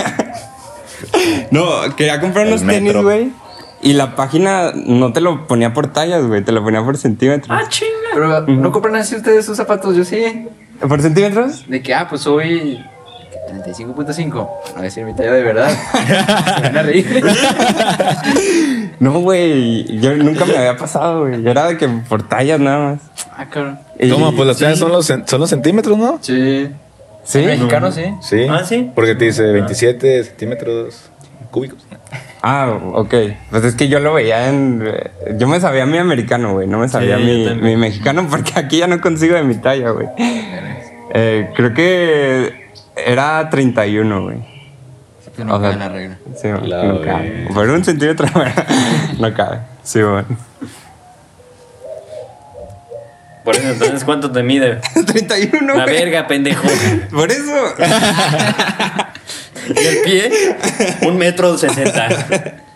No, quería comprar unos tenis, metro. güey. Y la página no te lo ponía por tallas, güey. Te lo ponía por centímetros. Ah, chinga. Pero no compran así ustedes sus zapatos, yo sí. ¿Por centímetros? De que, pues soy 35.5. No voy a decir mi talla de verdad. Se van a reír. No, güey. Yo nunca me había pasado, güey. Yo era de que por tallas nada más. Ah, claro. Y- ¿Cómo? Pues las tallas son los centímetros, ¿no? Sí. ¿Sí? Mexicano, sí. Sí. Ah, ¿sí? Porque te dice 27 centímetros cúbicos. Ah, ok. Pues es que yo lo veía en... Yo me sabía mi americano, güey. No me sabía Sí, yo mi también. mexicano porque aquí ya no consigo de mi talla, güey. Creo que era 31, güey. Que no O sea, cae en la regla. Sí, bueno, La no cabe. vez. Por un centímetro, bueno, no cabe. Sí, bueno. Por eso, entonces, ¿cuánto te mide? 31, La güey. verga, pendejo. Por eso. ¿Y el pie? 1.60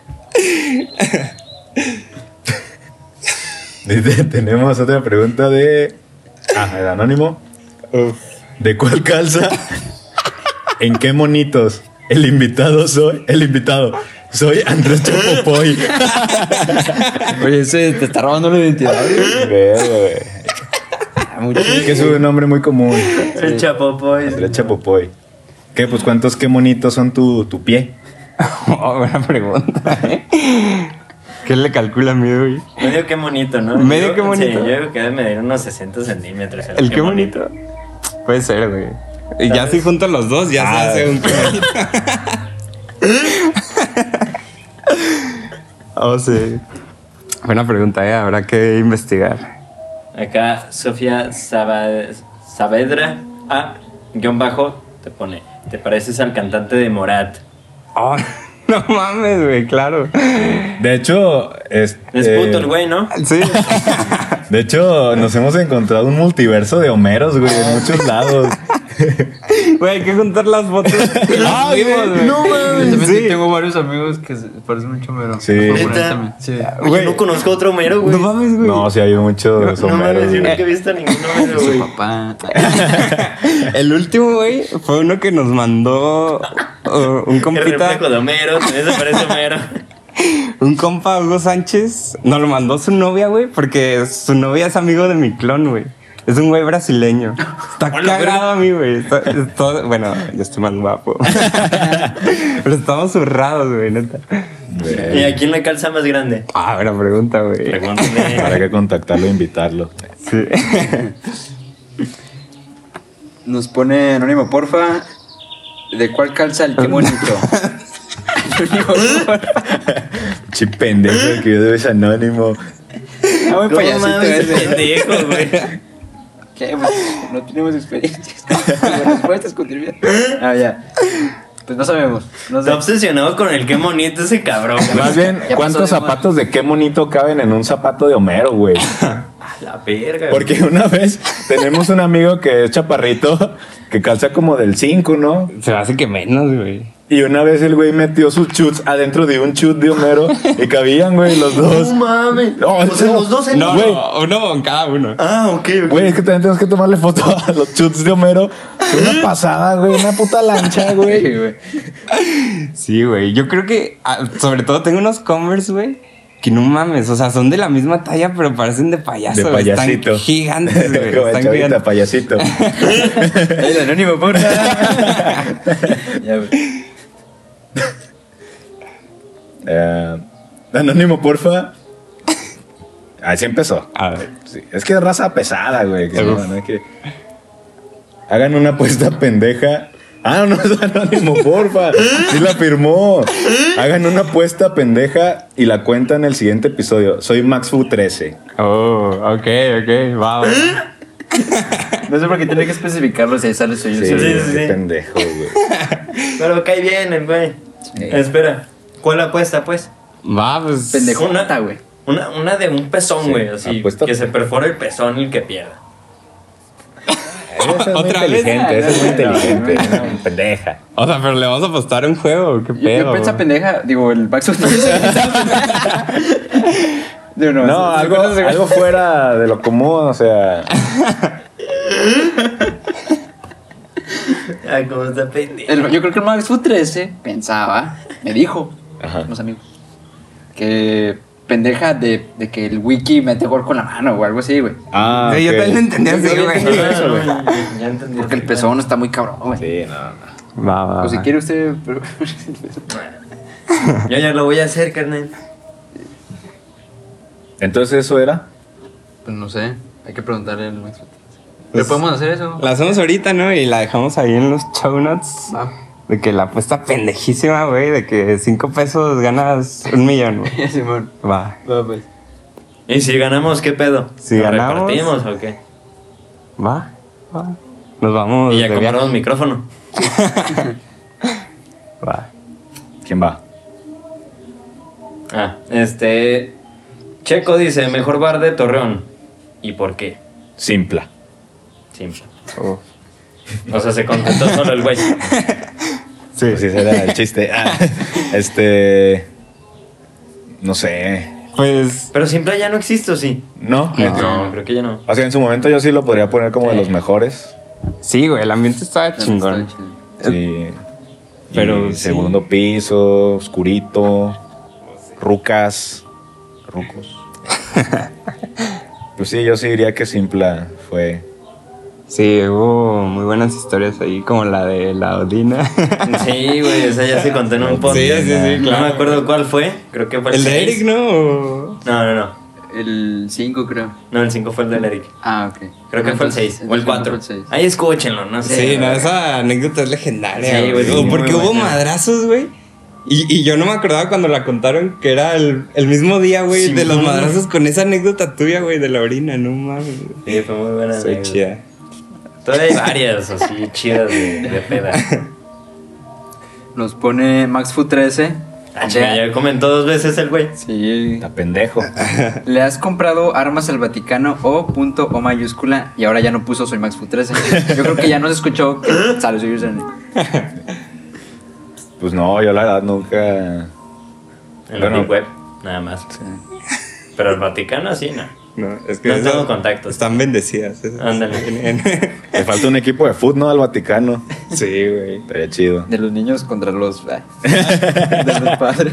m. Tenemos otra pregunta de... el anónimo. ¿De cuál calza? ¿En qué monitos? El invitado. Soy Andrés Chapopoy. Oye, ese te está robando la identidad, güey. Es que es un nombre muy común. El Chapopoy. Andrés Chapopoy. ¿Qué? Pues ¿cuántos qué monitos son tu pie? Oh, buena pregunta, ¿eh? ¿Qué le calcula a mí, güey? Medio qué bonito, ¿no? Medio qué bonito. Sí, yo creo que debe medir unos 60 centímetros. El qué bonito. Puede ser, güey. Y ya si junto los dos, ya se hace un qué bonito. Oh, sí. Buena pregunta, habrá que investigar. Acá Sofía Saavedra A_ te pone, ¿te pareces al cantante de Morat? Oh, no mames, güey, claro. De hecho, Es puto el güey, ¿no? Sí. de hecho, nos hemos encontrado un multiverso de Homeros, güey, en muchos lados. Güey, hay que juntar las fotos. Ay, güey, no Yo mames. también Sí. tengo varios amigos que parecen mucho mero. Sí. Los puedo poner ¿Neta? también. Sí. Oye, Güey. no conozco otro Homero, güey. No mames, güey. No, sí hay muchos No Homeros, mames, yo güey. nunca he visto ningún Homero, Su güey. papá. El último, güey, fue uno que nos mandó un El compita. reflejo de Homero, también se parece a Homero. Un compa, Hugo Sánchez, nos lo mandó su novia, güey, porque su novia es amigo de mi clon, güey. Es un güey brasileño. Está Hola, cagado a mí, güey. Bueno, yo estoy más guapo. Pero estamos zurrados, güey, neta. ¿Y a quién le calza más grande? Ah, buena pregunta, güey. Pregúntale. Habrá que contactarlo e invitarlo. Sí. Nos pone Anónimo, porfa. ¿De cuál calza el qué bonito? Anónimo, porfa. Che pendejo, que yo debes anónimo. Ah, muy ¿Cómo payasito mames, ese. pendejo, güey? ¿Qué? Pues, no tenemos experiencias. Con respuestas con trivia. Ah, ya. Pues no sabemos. No sé. Está obsesionado con el qué bonito ese cabrón, güey. Más bien, Ya ¿cuántos pasó de zapatos de qué bonito caben en un zapato de Homero, güey? La verga, güey. Porque una vez tenemos un amigo que es chaparrito, que calza como del 5, ¿no? Se me hace que menos, güey. Y una vez el güey metió sus chuts adentro de un chut de Homero y cabían, güey, los dos. No mames. No, O sea, no. los dos en No, Güey. no, uno con cada uno. Ah, ok, ok. Güey, es que también tenemos que tomarle foto a los chuts de Homero. Es una pasada, güey, una puta lancha, güey. Sí, güey. Sí, güey. Yo creo que, sobre todo, tengo unos Converse, güey, que no mames. O sea, son de la misma talla, pero parecen de payaso. De güey. payasito. Están gigantes, güey. Como el Están chavita, gigantes. payasito. El Anónimo, porfa. Ya, güey. Anónimo, porfa. Así empezó. A ver. Sí, es que es raza pesada, güey. Que Uf. no es que hagan una apuesta pendeja. Ah, no es anónimo, porfa. Sí la firmó. Hagan una apuesta pendeja y la cuentan en el siguiente episodio. Soy MaxFu13. Oh, ok, va. No sé por qué tiene que especificarlo si ahí sale soy yo. Sí, sí, qué sí. pendejo, güey. Pero cae bien el güey. Sí. Espera. ¿Cuál apuesta, pues? Va, pues. Pendejota, güey. Una de un pezón, Sí, güey. Así. apuesta. Que se perfora el pezón y el que pierda. Esa es muy ¿Otra vez? inteligente, esa es muy No, inteligente. no, no, pendeja. O sea, pero le vamos a apostar un juego. ¿Qué Yo pedo? piensa pendeja, digo, el Max Digo, No, algo fuera de lo común, o sea. Ay, cómo está pendejo. Yo creo que el Max Food 13 pensaba, me dijo, Ajá. unos amigos, que pendeja de que el wiki mete gol con la mano o algo así, güey. Ah, Sí, yo ok. también lo entendí así, Yo güey. entendí eso, güey. Ya entendí. Porque el pezón está muy cabrón, güey. Sí, no. Va. O si quiere usted... pero- Yo ya lo voy a hacer, carnal. Entonces eso era. Pues no sé, hay que preguntarle al Max Food 13. Pues, ¿Pero podemos hacer eso? La hacemos ahorita, ¿no? Y la dejamos ahí en los show notes. Va. De que la apuesta pendejísima, güey. De que 5 pesos ganas 1 millón, güey. Simón. Va. Va, pues. ¿Y si ganamos, qué pedo? Si ¿Lo ganamos- repartimos o qué? Va. Nos vamos. Y ya de viaje. compramos micrófono. Va. ¿Quién va? Ah, Checo dice, mejor bar de Torreón. ¿Y por qué? Simpla. Simple. Oh. O sea, se contentó solo el güey. Sí. Pues ese era el chiste. Ah, no sé. Pues. Pero Simple ya no existe, ¿o sí? ¿No? No, creo que ya no. O sea, en su momento yo sí lo podría poner como de los mejores. Sí, güey. El ambiente estaba chingón. Está chido. Sí. Pero Y sí. segundo piso, oscurito, rucos. Pues sí, yo sí diría que Simpla fue. Sí, hubo muy buenas historias ahí, como la de la Odina. Sí, güey, esa ya se contó en un podcast. Sí, sí, sí, No claro. me acuerdo cuál fue. Creo que fue El de 6. Eric, ¿no? No. El 5, creo. No, el 5 fue el del Eric. Ah, ok. Creo que fue el 6 o el 4. Ahí escúchenlo, no sé. Sí, no, esa anécdota es legendaria. Sí, güey, güey. sí, Porque muy hubo buena. madrazos, güey. Y yo no me acordaba cuando la contaron que era el mismo día, güey, Sí, de los güey. madrazos con esa anécdota tuya, güey, de la orina, no mames. Sí, fue muy buena. Soy anécdota. chida. Todavía hay varias así chidas de peda. Nos pone MaxFood13. Ah, chinga, ya comentó 2 veces el güey. Sí. Está pendejo. ¿Le has comprado armas al Vaticano o punto o mayúscula? Y ahora ya no puso soy MaxFood13. Yo creo que ya no se escuchó que sale su username. Pues no, yo la verdad nunca. En la Bueno. Deep Web, nada más. Pero el Vaticano sí, no. No, es que No eso- tengo contactos. Están bendecidas. esas. Ándale. Le falta un equipo de fútbol, ¿no? Al Vaticano. Sí, güey. Estaría chido. De los niños contra los... de los padres.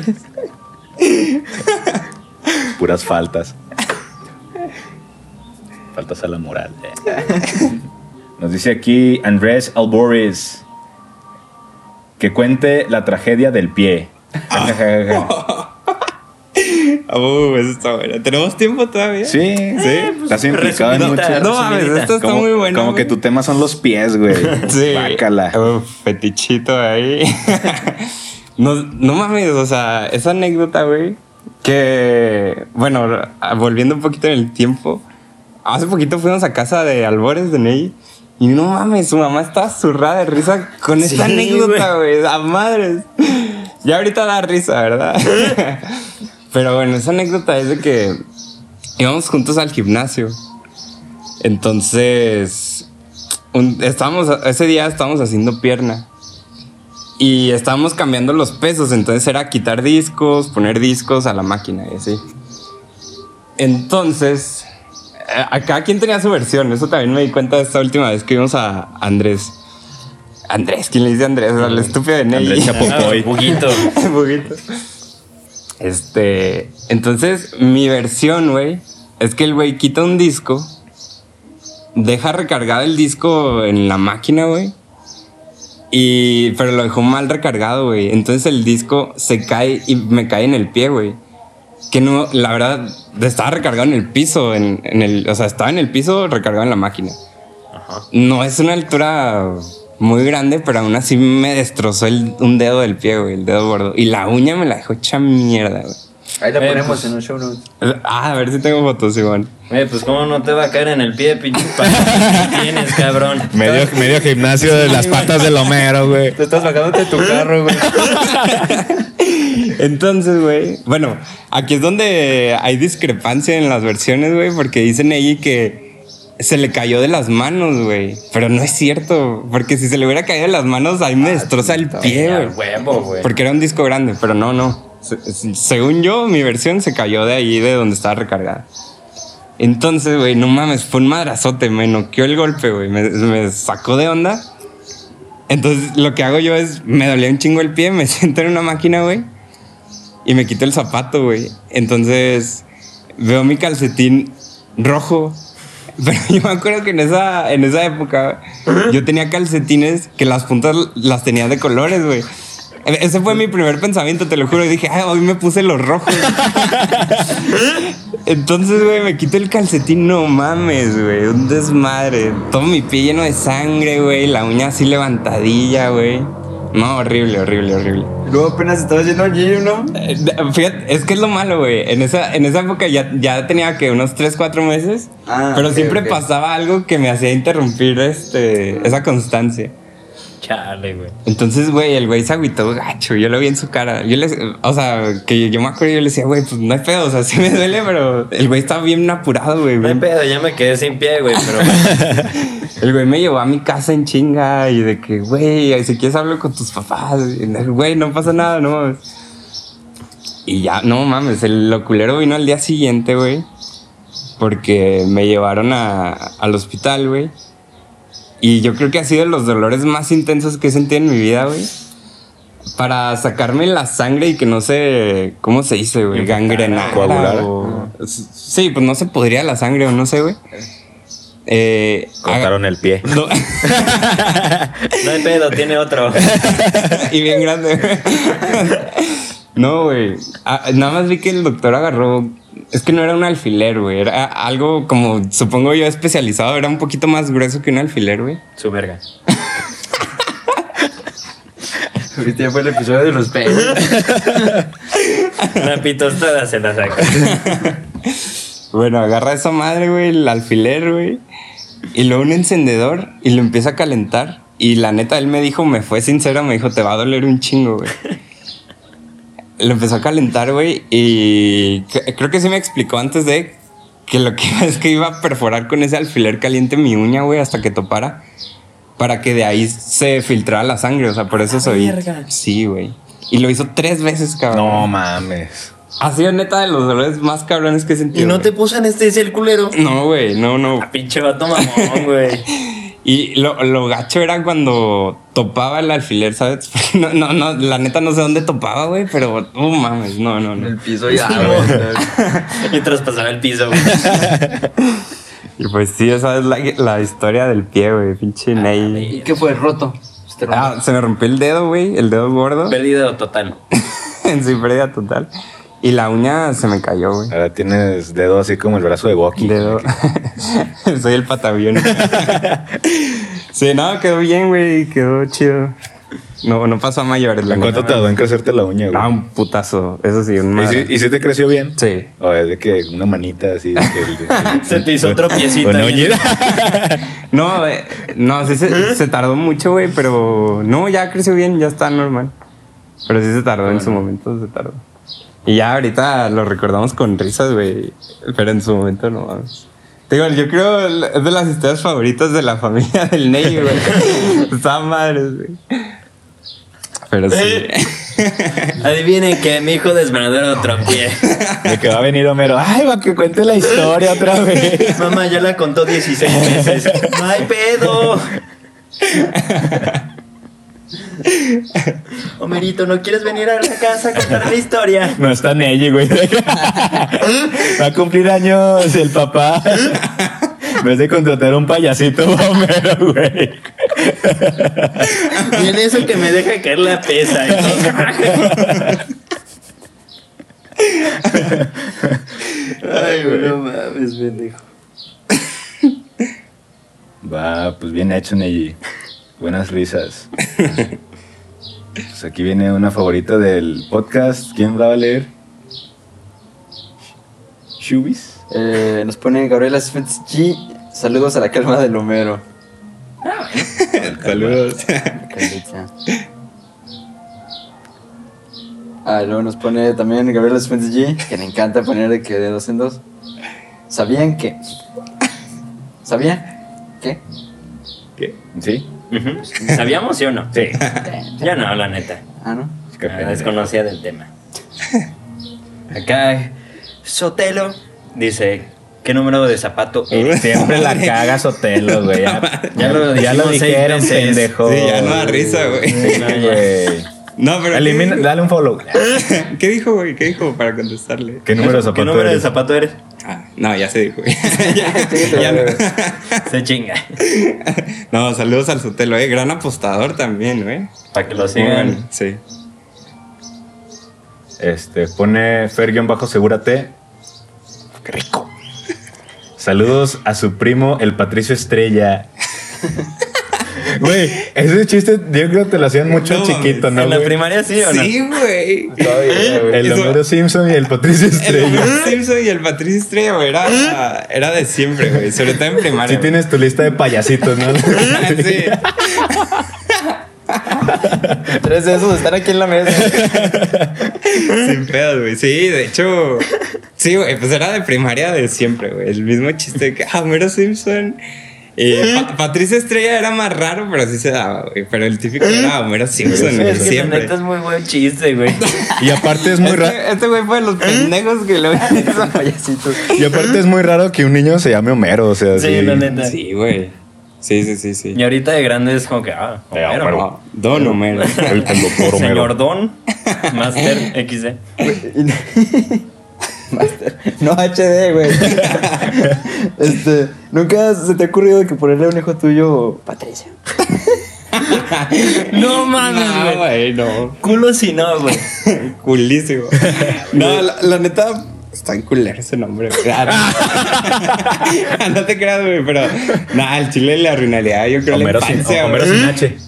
Puras faltas. Faltas a la moral. Nos dice aquí Andrés Alboris que cuente la tragedia del pie. Eso está bueno. ¿Tenemos tiempo todavía? Sí, sí. Estás implicado en resumidita, mucho. No mames, esto está Como, muy bueno. como que güey. tu tema son los pies, güey. Sí. Bácala. Fetichito ahí. No mames, o sea, esa anécdota, güey. Que, bueno, volviendo un poquito en el tiempo. Hace poquito fuimos a casa de Albores de Ney. Y no mames, su mamá estaba zurrada de risa con esta Sí, anécdota, güey. A madres. Ya ahorita da risa, ¿verdad? Pero bueno, esa anécdota es de que íbamos juntos al gimnasio. Entonces, ese día estábamos haciendo pierna. Y estábamos cambiando los pesos. Entonces era quitar discos, poner discos a la máquina y así. Entonces, a cada quien tenía su versión. Eso también me di cuenta de esta última vez que vimos a Andrés. Andrés, ¿quién le dice Andrés? Al estúpido de Ney. Andrés Chapopoy. Buguito. Un poquito. Entonces, mi versión, güey, es que el güey quita un disco, deja recargado el disco en la máquina, güey, pero lo dejó mal recargado, güey. Entonces el disco se cae y me cae en el pie, güey. Que no, la verdad, estaba recargado en el piso, o sea, estaba en el piso recargado en la máquina. Ajá. No es una altura muy grande, pero aún así me destrozó un dedo del pie, güey, el dedo gordo. Y la uña me la dejó hecha mierda, güey. Ahí la ponemos pues, en un show notes. A ver si tengo fotos, Iván. Pues cómo no te va a caer en el pie, pinche pata que tienes, cabrón. Medio gimnasio de las patas del Homero, güey. Te estás bajándote tu carro, güey. Entonces, güey, bueno, aquí es donde hay discrepancia en las versiones, güey, porque dicen ahí que se le cayó de las manos, güey. Pero no es cierto, porque si se le hubiera caído de las manos, ahí me destroza el pie, Al güey. huevo, güey. Porque era un disco grande, pero no. Según yo, mi versión se cayó de ahí, de donde estaba recargada. Entonces, güey, no mames, fue un madrazote, me noqueó el golpe, güey. Me sacó de onda. Entonces, lo que hago yo es, me dolía un chingo el pie, me siento en una máquina, güey, y me quito el zapato, güey. Entonces, veo mi calcetín rojo. Pero yo me acuerdo que en esa época yo tenía calcetines que las puntas las tenía de colores, güey. Ese fue mi primer pensamiento, te lo juro. Y dije, ay, hoy me puse los rojos. Entonces, güey, me quito el calcetín. No mames, güey. Un desmadre. Todo mi pie lleno de sangre, güey. La uña así levantadilla, güey. No, horrible. Luego apenas estaba haciendo el gym, ¿no? Fíjate, es que es lo malo, güey. En esa época ya tenía que unos 3, 4 meses. Pero ok, siempre ok. pasaba algo que me hacía interrumpir esa constancia. Chale, güey. Entonces, güey, el güey se agüitó gacho. Yo lo vi en su cara. O sea, que yo me acuerdo y yo le decía, güey, pues no hay pedo. O sea, sí me duele, pero el güey estaba bien apurado, güey. No hay bien- pedo, ya me quedé sin pie, güey, pero... El güey me llevó a mi casa en chinga y de que, güey, si quieres hablo con tus papás. Y, güey, no pasa nada, no mames. Y ya, no mames, lo culero vino al día siguiente, güey. Porque me llevaron al hospital, güey. Y yo creo que ha sido de los dolores más intensos que he sentido en mi vida, güey. Para sacarme la sangre y que no sé, ¿cómo se dice, güey? Gangrenara. Coagular. Sí, pues no se podría la sangre o no sé, güey. Cortaron el pie. No. No hay pedo, tiene otro. Y bien grande. No, güey. Nada más vi que el doctor agarró. Es que no era un alfiler, güey. Era algo como, supongo yo, especializado. Era un poquito más grueso que un alfiler, güey. Su verga. Ahorita ya fue el episodio de los pedos. Una pitostada se la saca. Bueno, agarra esa madre, güey, el alfiler, güey. Y luego un encendedor y lo empieza a calentar. Y la neta, él me fue sincero, me dijo, te va a doler un chingo, güey. Lo empezó a calentar, güey. Y creo que sí me explicó antes de que lo que iba es que iba a perforar con ese alfiler caliente mi uña, güey, hasta que topara. Para que de ahí se filtrara la sangre. O sea, por eso soy. Sí, güey. Y lo hizo 3 veces, cabrón. No mames. Ha sido neta de los dolores más cabrones que he sentido. ¿Y no te güey. puso anestesia el culero? No, güey, no. Pinche vato mamón, güey. Y lo gacho era cuando topaba el alfiler, ¿sabes? No, la neta no sé dónde topaba, güey, pero mames, no. El piso ya, güey. Y traspasaba el piso, güey. Y pues sí, esa es la historia del pie, güey, pinche Ney. ¿Y qué fue? ¿Roto? Se me rompió el dedo, güey, el dedo gordo. Perdido total. En su pérdida total. Y la uña se me cayó, güey. Ahora tienes dedo así como el brazo de Goki. Dedo. Soy el patavión. Sí, no, quedó bien, güey, quedó chido. No pasó a mayores. ¿En cuánto tardó en crecerte la uña, güey? Ah, un putazo, eso sí, un ¿Y si te creció bien? Sí. O es de que una manita así. De que Se te hizo otro piecito. Una ahí. uñita. No, sí se tardó mucho, güey, pero no, ya creció bien, ya está normal. Pero sí se tardó en su momento, se tardó. Y ya ahorita lo recordamos con risas, güey, pero en su momento no mames. Te digo, yo creo es de las historias favoritas de la familia del Ney, güey. Está madre, güey. Pero sí. Adivinen que mi hijo desmenudó otro pie. De que va a venir Homero. Ay, va que cuente la historia otra vez. Mamá ya la contó 16 veces. No hay pedo. Homerito, ¿no quieres venir a la casa a contar la historia? No está Nelly, güey. Va a cumplir años el papá. En vez de contratar a un payasito, Homero, güey. Y en eso que me deja caer la pesa. Ay, güey, no mames, pendejo. Va, pues bien hecho, Nelly. Buenas risas. Pues aquí viene una favorita del podcast. ¿Quién la va a leer? ¿Shubis? Nos pone Gabriela Spence G. Saludos a la calma del Homero. Saludos. Calita. Luego nos pone también Gabriela Spence G. Que le encanta poner de que de 2 en 2. ¿Sabían que? ¿Sabían? ¿Qué? ¿Qué? ¿Sí? ¿Sabíamos sí o no? Sí. Yo no, la neta. ¿No? Qué Ah, pena. desconocía del tema. Acá, Sotelo dice: ¿qué número de zapato eres? Siempre la cagas Sotelo, güey. Ya lo dijimos 6 dijeron, veces. pendejo. Sí, ya no da risa, güey. Sí, güey. No, pero. Elimina, dale un follow. ¿Qué dijo, güey? ¿Qué dijo para contestarle? ¿Qué número de zapato ¿Qué número de eres? zapato eres? No, ya se dijo, güey. ya no. Se chinga. No, saludos al Sotelo, gran apostador también, güey. Para que lo sigan. Sí. Pone Fer-Segúrate. Qué rico. Saludos a su primo, el Patricio Estrella. Güey, ese chiste yo creo que te lo hacían mucho No, chiquito, ¿no? ¿En la güey? primaria sí o no? Sí, güey. El Eso- Homero Simpson y el Patricio El Estrella. Homero Simpson y el Patricio Estrella, güey, era de siempre, güey. Sobre todo en primaria. Sí tienes tu lista de payasitos, ¿no? güey. Sí. 3 de esos están aquí en la mesa. Sin pedos, güey. Sí, de hecho. Sí, güey, pues era de primaria de siempre, güey. El mismo chiste de que, Homero Simpson. Patricia Estrella era más raro, pero sí se daba, güey. Pero el típico era Homero Simpson, Sí, güey, Es que la siempre. neta es muy buen chiste, güey. Y aparte es muy raro. Este güey fue de los pendejos que lo hizo. Payasitos. Y aparte es muy raro que un niño se llame Homero, o sea, Sí, la neta. Sí, güey. Sí. Y ahorita de grande es como que, Homero. Homero. No, Don Homero. El doctor Homero. Señor Don, Master XD. Master. No HD, güey. ¿Nunca se te ha ocurrido que ponerle a un hijo tuyo Patricia? No mames, No, güey. güey, no. Culo si no, güey. Culísimo. No, la neta, Está en culero ese nombre, güey. No te creas, güey, pero nada, el chile le arruinaría, yo creo, Homero la sin, infancia, Homero güey. sin H.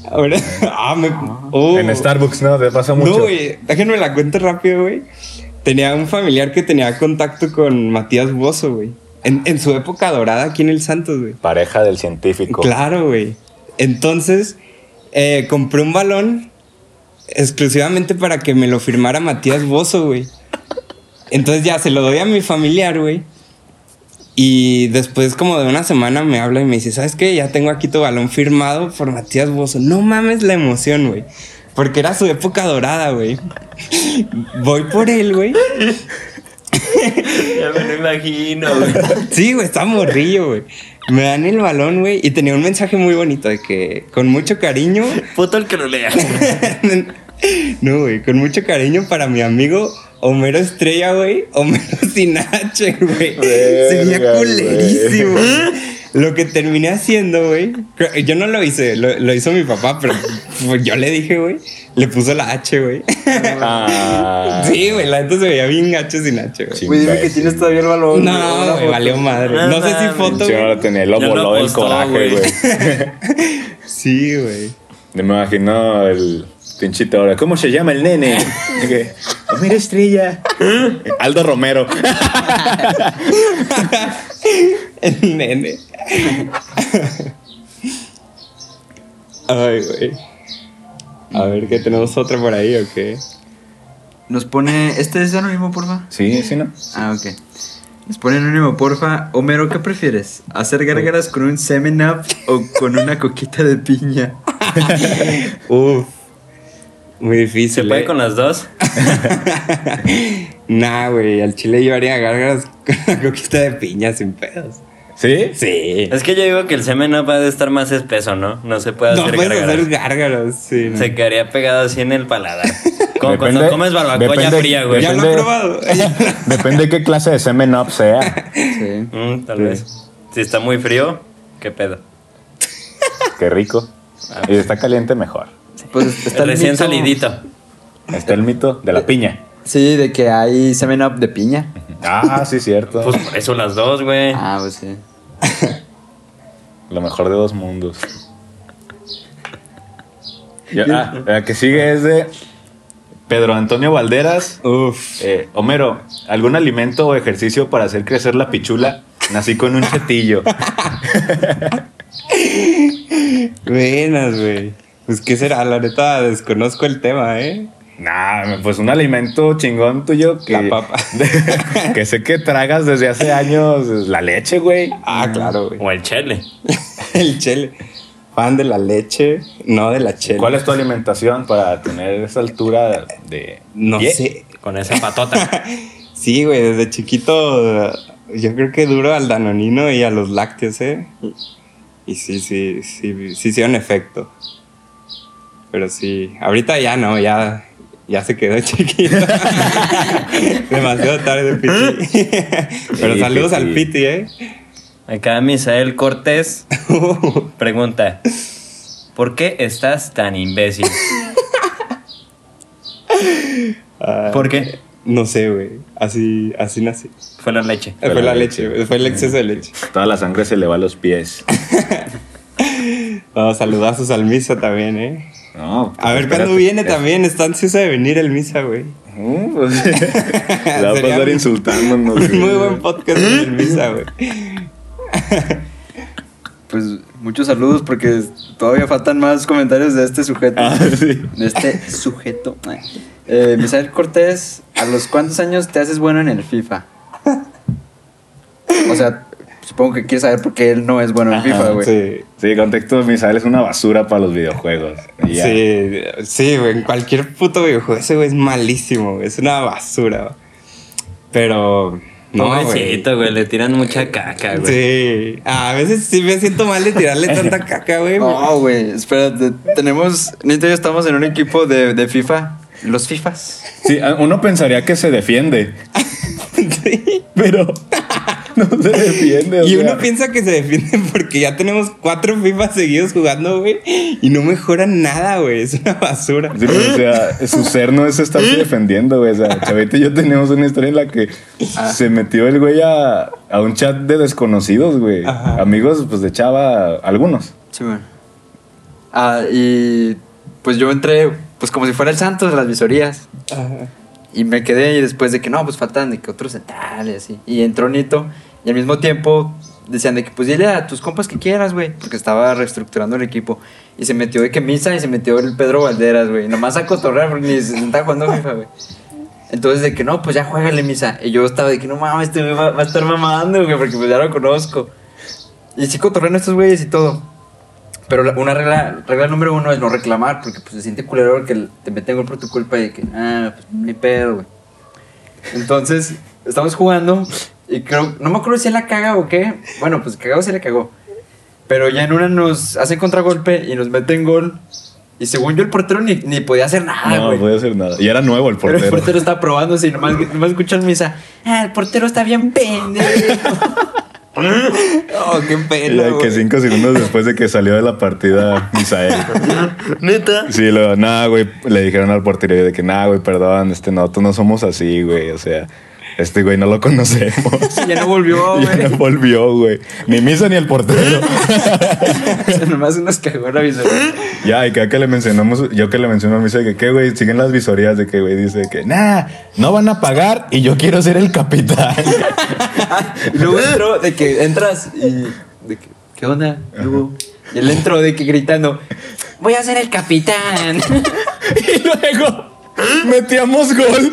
En En Starbucks, ¿no? Te pasa mucho. No, güey, déjenme la cuento rápido, güey. Tenía un familiar que tenía contacto con Matías Bozo, güey. En su época dorada aquí en el Santos, güey. Pareja del científico. Claro, güey. Entonces, compré un balón exclusivamente para que me lo firmara Matías Bozo, güey. Entonces ya se lo doy a mi familiar, güey. Y después como de una semana me habla y me dice, ¿sabes qué? Ya tengo aquí tu balón firmado por Matías Bozo. No mames la emoción, güey. Porque era su época dorada, güey. Voy por él, güey. Ya me lo imagino, güey. Sí, güey, estaba morrillo, güey. Me dan el balón, güey. Y tenía un mensaje muy bonito de que con mucho cariño... Puto el que lo lea. No, güey, con mucho cariño para mi amigo Homero Estrella, güey. Homero sin H, güey. Sería Verga, culerísimo. Lo que terminé haciendo, güey. Yo no lo hice, lo hizo mi papá, pero pues, yo le dije, güey. Le puso la H, güey. Ah. Sí, güey, la neta se veía bien H sin H, güey. Sí. Güey, dime que tienes todavía el balón. No, güey, valió madre. No No sé si mames. foto, Yo no güey. lo tenía, lo Ya lo voló del apostó, coraje, güey. güey. Sí, güey. Me imagino el pinchito ahora. ¿Cómo se llama el nene? Que, Homero Estrella. Aldo Romero. El nene. Ay, güey. A ver, ¿qué tenemos otra por ahí o qué? Nos pone. ¿Este es anónimo, porfa? Sí, sí, ¿no? Ah, ok. Nos pone anónimo, porfa. Homero, ¿qué prefieres? ¿Hacer gárgaras con un 7-Up o con una coquita de piña? Uf. Muy difícil. ¿Se puede con las dos? Nah, güey. Al chile yo haría gárgaras con una coquita de piña sin pedos. ¿Sí? Sí. Es que yo digo que el semen no puede estar más espeso, ¿no? No se puede No hacer puedes gárgaras. hacer gárgaras, sí. ¿no? Se quedaría pegado así en el paladar. Como Depende- cuando comes barbacoa ya depende- fría, güey. Ya lo he probado. Depende de qué clase de semen up sea. Sí. Tal vez. Si está muy frío, ¿qué pedo? Qué rico. Y está caliente, mejor. Pues está el Recién mito- salidito. Está el mito de la piña. Sí, de que hay 7-Up de piña. Ah, sí, cierto. Pues por eso las dos, güey. Ah, pues sí. Lo mejor de dos mundos. La que sigue es de Pedro Antonio Valderas. Uf. Homero, ¿algún alimento o ejercicio para hacer crecer la pichula? Nací con un chetillo. Buenas, güey. Pues, ¿qué será? La neta, desconozco el tema, ¿eh? Nah, pues un alimento chingón tuyo que... La papa. que sé que tragas desde hace años. La leche, güey. Ah, claro, güey. O el chele. El chele. Fan de la leche, no de la chele. ¿Cuál es tu alimentación para tener esa altura de... No pie? sé. Con esa patota. Sí, güey, desde chiquito yo creo que duro al danonino y a los lácteos, ¿eh? Y sí hicieron efecto. Pero sí, ahorita ya no, ya se quedó chiquito. Demasiado tarde, Piti. Pero Sí, saludos Piti. al Piti, ¿eh? Acá Misael Cortés pregunta: ¿por qué estás tan imbécil? ¿Por qué? No sé, güey. Así nací. Fue la leche. Fue la leche, fue el exceso de leche. Toda la sangre se le va a los pies. No, saludazos al Misa también, ¿eh? No, pues A ver espérate. cuándo viene también. Está ansioso de venir el Misa, güey. Pues, la va a Sería pasar un- insultándonos. Un muy buen podcast con el Misa, güey. Pues muchos saludos porque todavía faltan más comentarios de este sujeto. Ah, sí. De este sujeto. Misael Cortés, ¿a los cuántos años te haces bueno en el FIFA? O sea, supongo que quieres saber por qué él no es bueno en FIFA, güey. Sí. Sí, contexto, Misael es una basura para los videojuegos. Y ya. Sí, güey. En cualquier puto videojuego ese güey es malísimo, güey. Es una basura, güey. Pero... No, güey. Pobrecito, güey. Le tiran mucha caca, güey. Sí. A veces sí me siento mal de tirarle tanta caca, güey. No, güey, espérate. Nito y yo estamos en un equipo de FIFA. Los FIFAs. Sí, uno pensaría que se defiende. Sí. Pero no se defiende. Y uno piensa que se defiende porque ya tenemos 4 FIFA seguidos jugando, güey. Y no mejoran nada, güey. Es una basura. Sí, o sea, su ser no es estarse defendiendo, güey. O sea, Chavito y yo tenemos una historia en la que se metió el güey a un chat de desconocidos, güey. Ajá. Amigos, pues de Chava, algunos. Sí, bueno. Y pues yo entré, pues como si fuera el Santos de las visorías. Ajá. Y me quedé y después de que no, pues faltan de que otros centrales así. Y entró Nito y al mismo tiempo decían de que pues dile a tus compas que quieras, güey. Porque estaba reestructurando el equipo. Y se metió de que Misa y se metió el Pedro Valderas, güey. Nomás a cotorrear porque ni se estaba jugando FIFA, güey. Entonces de que no, pues ya juégale, Misa. Y yo estaba de que no mames, este güey va a estar mamando, güey, porque pues ya lo conozco. Y sí cotorrean estos güeyes y todo. Pero una regla número 1 es no reclamar, porque pues se siente culero que te meten gol por tu culpa y de que, pues ni pedo, güey. Entonces, estamos jugando y creo, no me acuerdo si él la caga o qué. Bueno, pues cagado se le cagó. Pero ya en una nos hacen contragolpe y nos meten gol. Y según yo, el portero ni podía hacer nada, güey. No podía hacer nada. Y era nuevo el portero. Pero el portero estaba probándose y nomás escuchan Misa. El portero está bien pendejo. Oh, qué Y pena, hay que güey. 5 segundos después de que salió de la partida Misael. ¿Neta? Sí, nada, güey, le dijeron al portero de que, nada, güey, perdón, nosotros no somos así, güey, o sea, este güey no lo conocemos. Ya no volvió, Ya güey. no volvió, güey. Ni Misa ni el portero. Nomás nos cagó la visoría. Ya, y cada que le mencionamos, yo que le menciono a Misa de que, ¿qué, güey? Siguen las visorías de que, güey, dice que, no van a pagar y yo quiero ser el capitán. Y luego entró de que entras y de que, ¿qué onda? Luego, y él entró de que gritando, voy a ser el capitán. Y luego metíamos gol.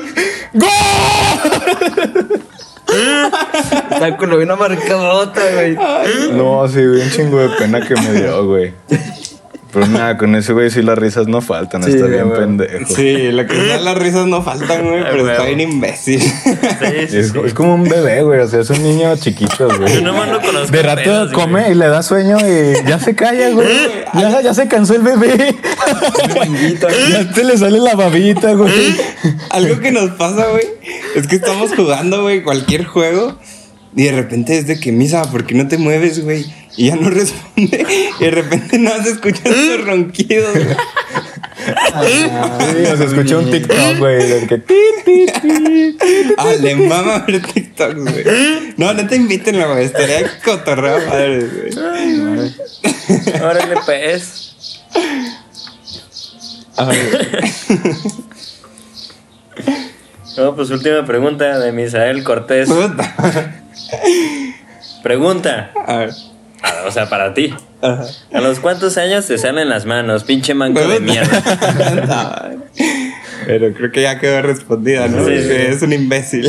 ¡Gol! Está con una marcadota, güey. No, sí, güey, un chingo de pena que me dio, güey. Pero nada, con ese güey sí las risas no faltan, Sí, está bien güey. pendejo. Sí, lo que sea, las risas no faltan, güey, pero está bien imbécil. Sí, sí, Es, sí. es como un bebé, güey, o sea, es un niño chiquito, güey. Yo nomás lo conozco De en rato pedos, come güey. y le da sueño y ya se calla, güey. Ya se cansó el bebé. Ya te le sale la babita, güey. Algo que nos pasa, güey, es que estamos jugando, güey, cualquier juego. Y de repente es de que, Misa, ¿por qué no te mueves, güey? Y ya no responde. Y de repente no se escuchan sus ronquidos, güey. Sí, o sea, escuché un TikTok, güey, del que... Le mama ver TikToks, güey. No te invítenlo, güey. Estaría cotorreo padre, güey. Órale, pues. No, pues última pregunta de Misael Cortés. Puta. Pregunta. A ver. O sea, para ti. Ajá. ¿A los cuántos años te salen las manos, pinche manco de mierda? Pero creo que ya quedó respondida, ¿no? Sí, sí. Que es un imbécil.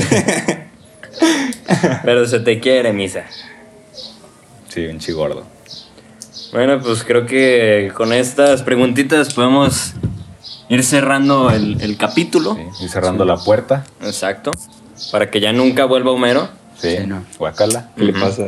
Pero se te quiere, Misa. Sí, un chigordo. Bueno, pues creo que con estas preguntitas podemos ir cerrando el capítulo. Sí, y cerrando la puerta. Exacto. Para que ya nunca vuelva Homero. Sí, Sí, no. guacala. ¿Qué le pasa?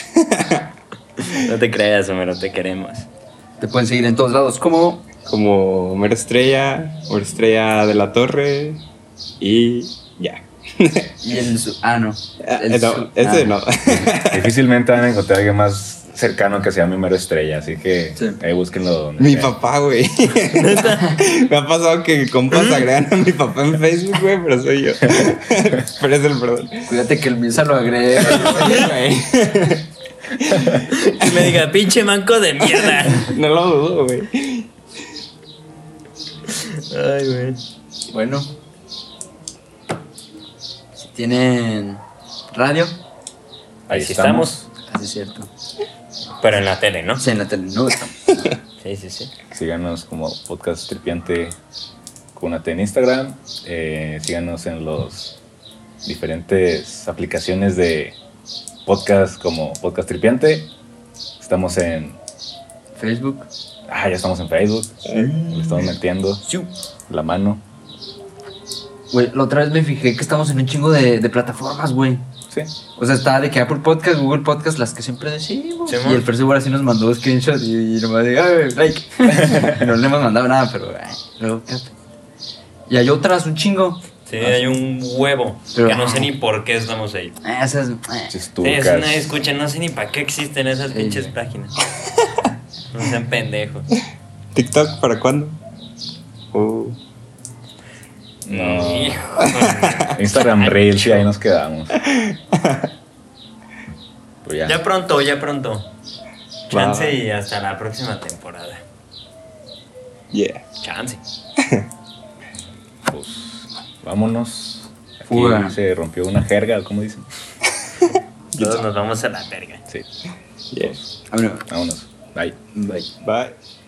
No te creas, Homero, te queremos. Te pueden seguir en todos lados como Como Homero Estrella de la Torre y ya. y el no. No, ese no. Difícilmente van a encontrar a alguien más cercano que sea mi mero estrella, así que Sí. ahí búsquenlo donde Mi sea. papá, güey. Me ha pasado que compas agregan a mi papá en Facebook, güey, pero soy yo. Pero es el perdón. Cuídate que el Misa lo agrega. Y me diga, pinche manco de mierda. No lo dudo, güey. Ay, güey. Bueno. Si tienen radio, Ahí Sí estamos. así es cierto. Pero en la tele, ¿no? Sí, en la tele no estamos. Sí, sí, sí. Síganos como Podcast Tripiante Cúnate en Instagram. Síganos en los diferentes aplicaciones de podcast como Podcast Tripiante. Estamos en... Facebook. ya estamos en Facebook. Le estamos metiendo la mano. Güey, la otra vez me fijé que estamos en un chingo de plataformas, güey. Sí. O sea, está de que Apple Podcast, Google Podcast, las que siempre decimos. Sí, y el Fer seguro así nos mandó screenshot y nomás de, ay, like. No le hemos mandado nada, pero luego, ¿qué? Y hay otras, un chingo. Sí, hay un huevo. Pero- que no sé ni por qué estamos ahí. Esas. Pinches Sí, eso tucas. nadie escucha, no sé ni para qué existen esas pinches páginas. No sean pendejos. ¿TikTok para cuándo? No. Hijo. Instagram Reels y ahí nos quedamos. Pues ya. Ya pronto, ya pronto. Chance Va. y hasta la próxima temporada. Yeah. Chance. Pues vámonos. Aquí Fuga. se rompió una jerga, ¿cómo dicen? Todos nos vamos a la verga. Sí. Yeah. Vámonos. Vámonos. Bye. Bye. Bye.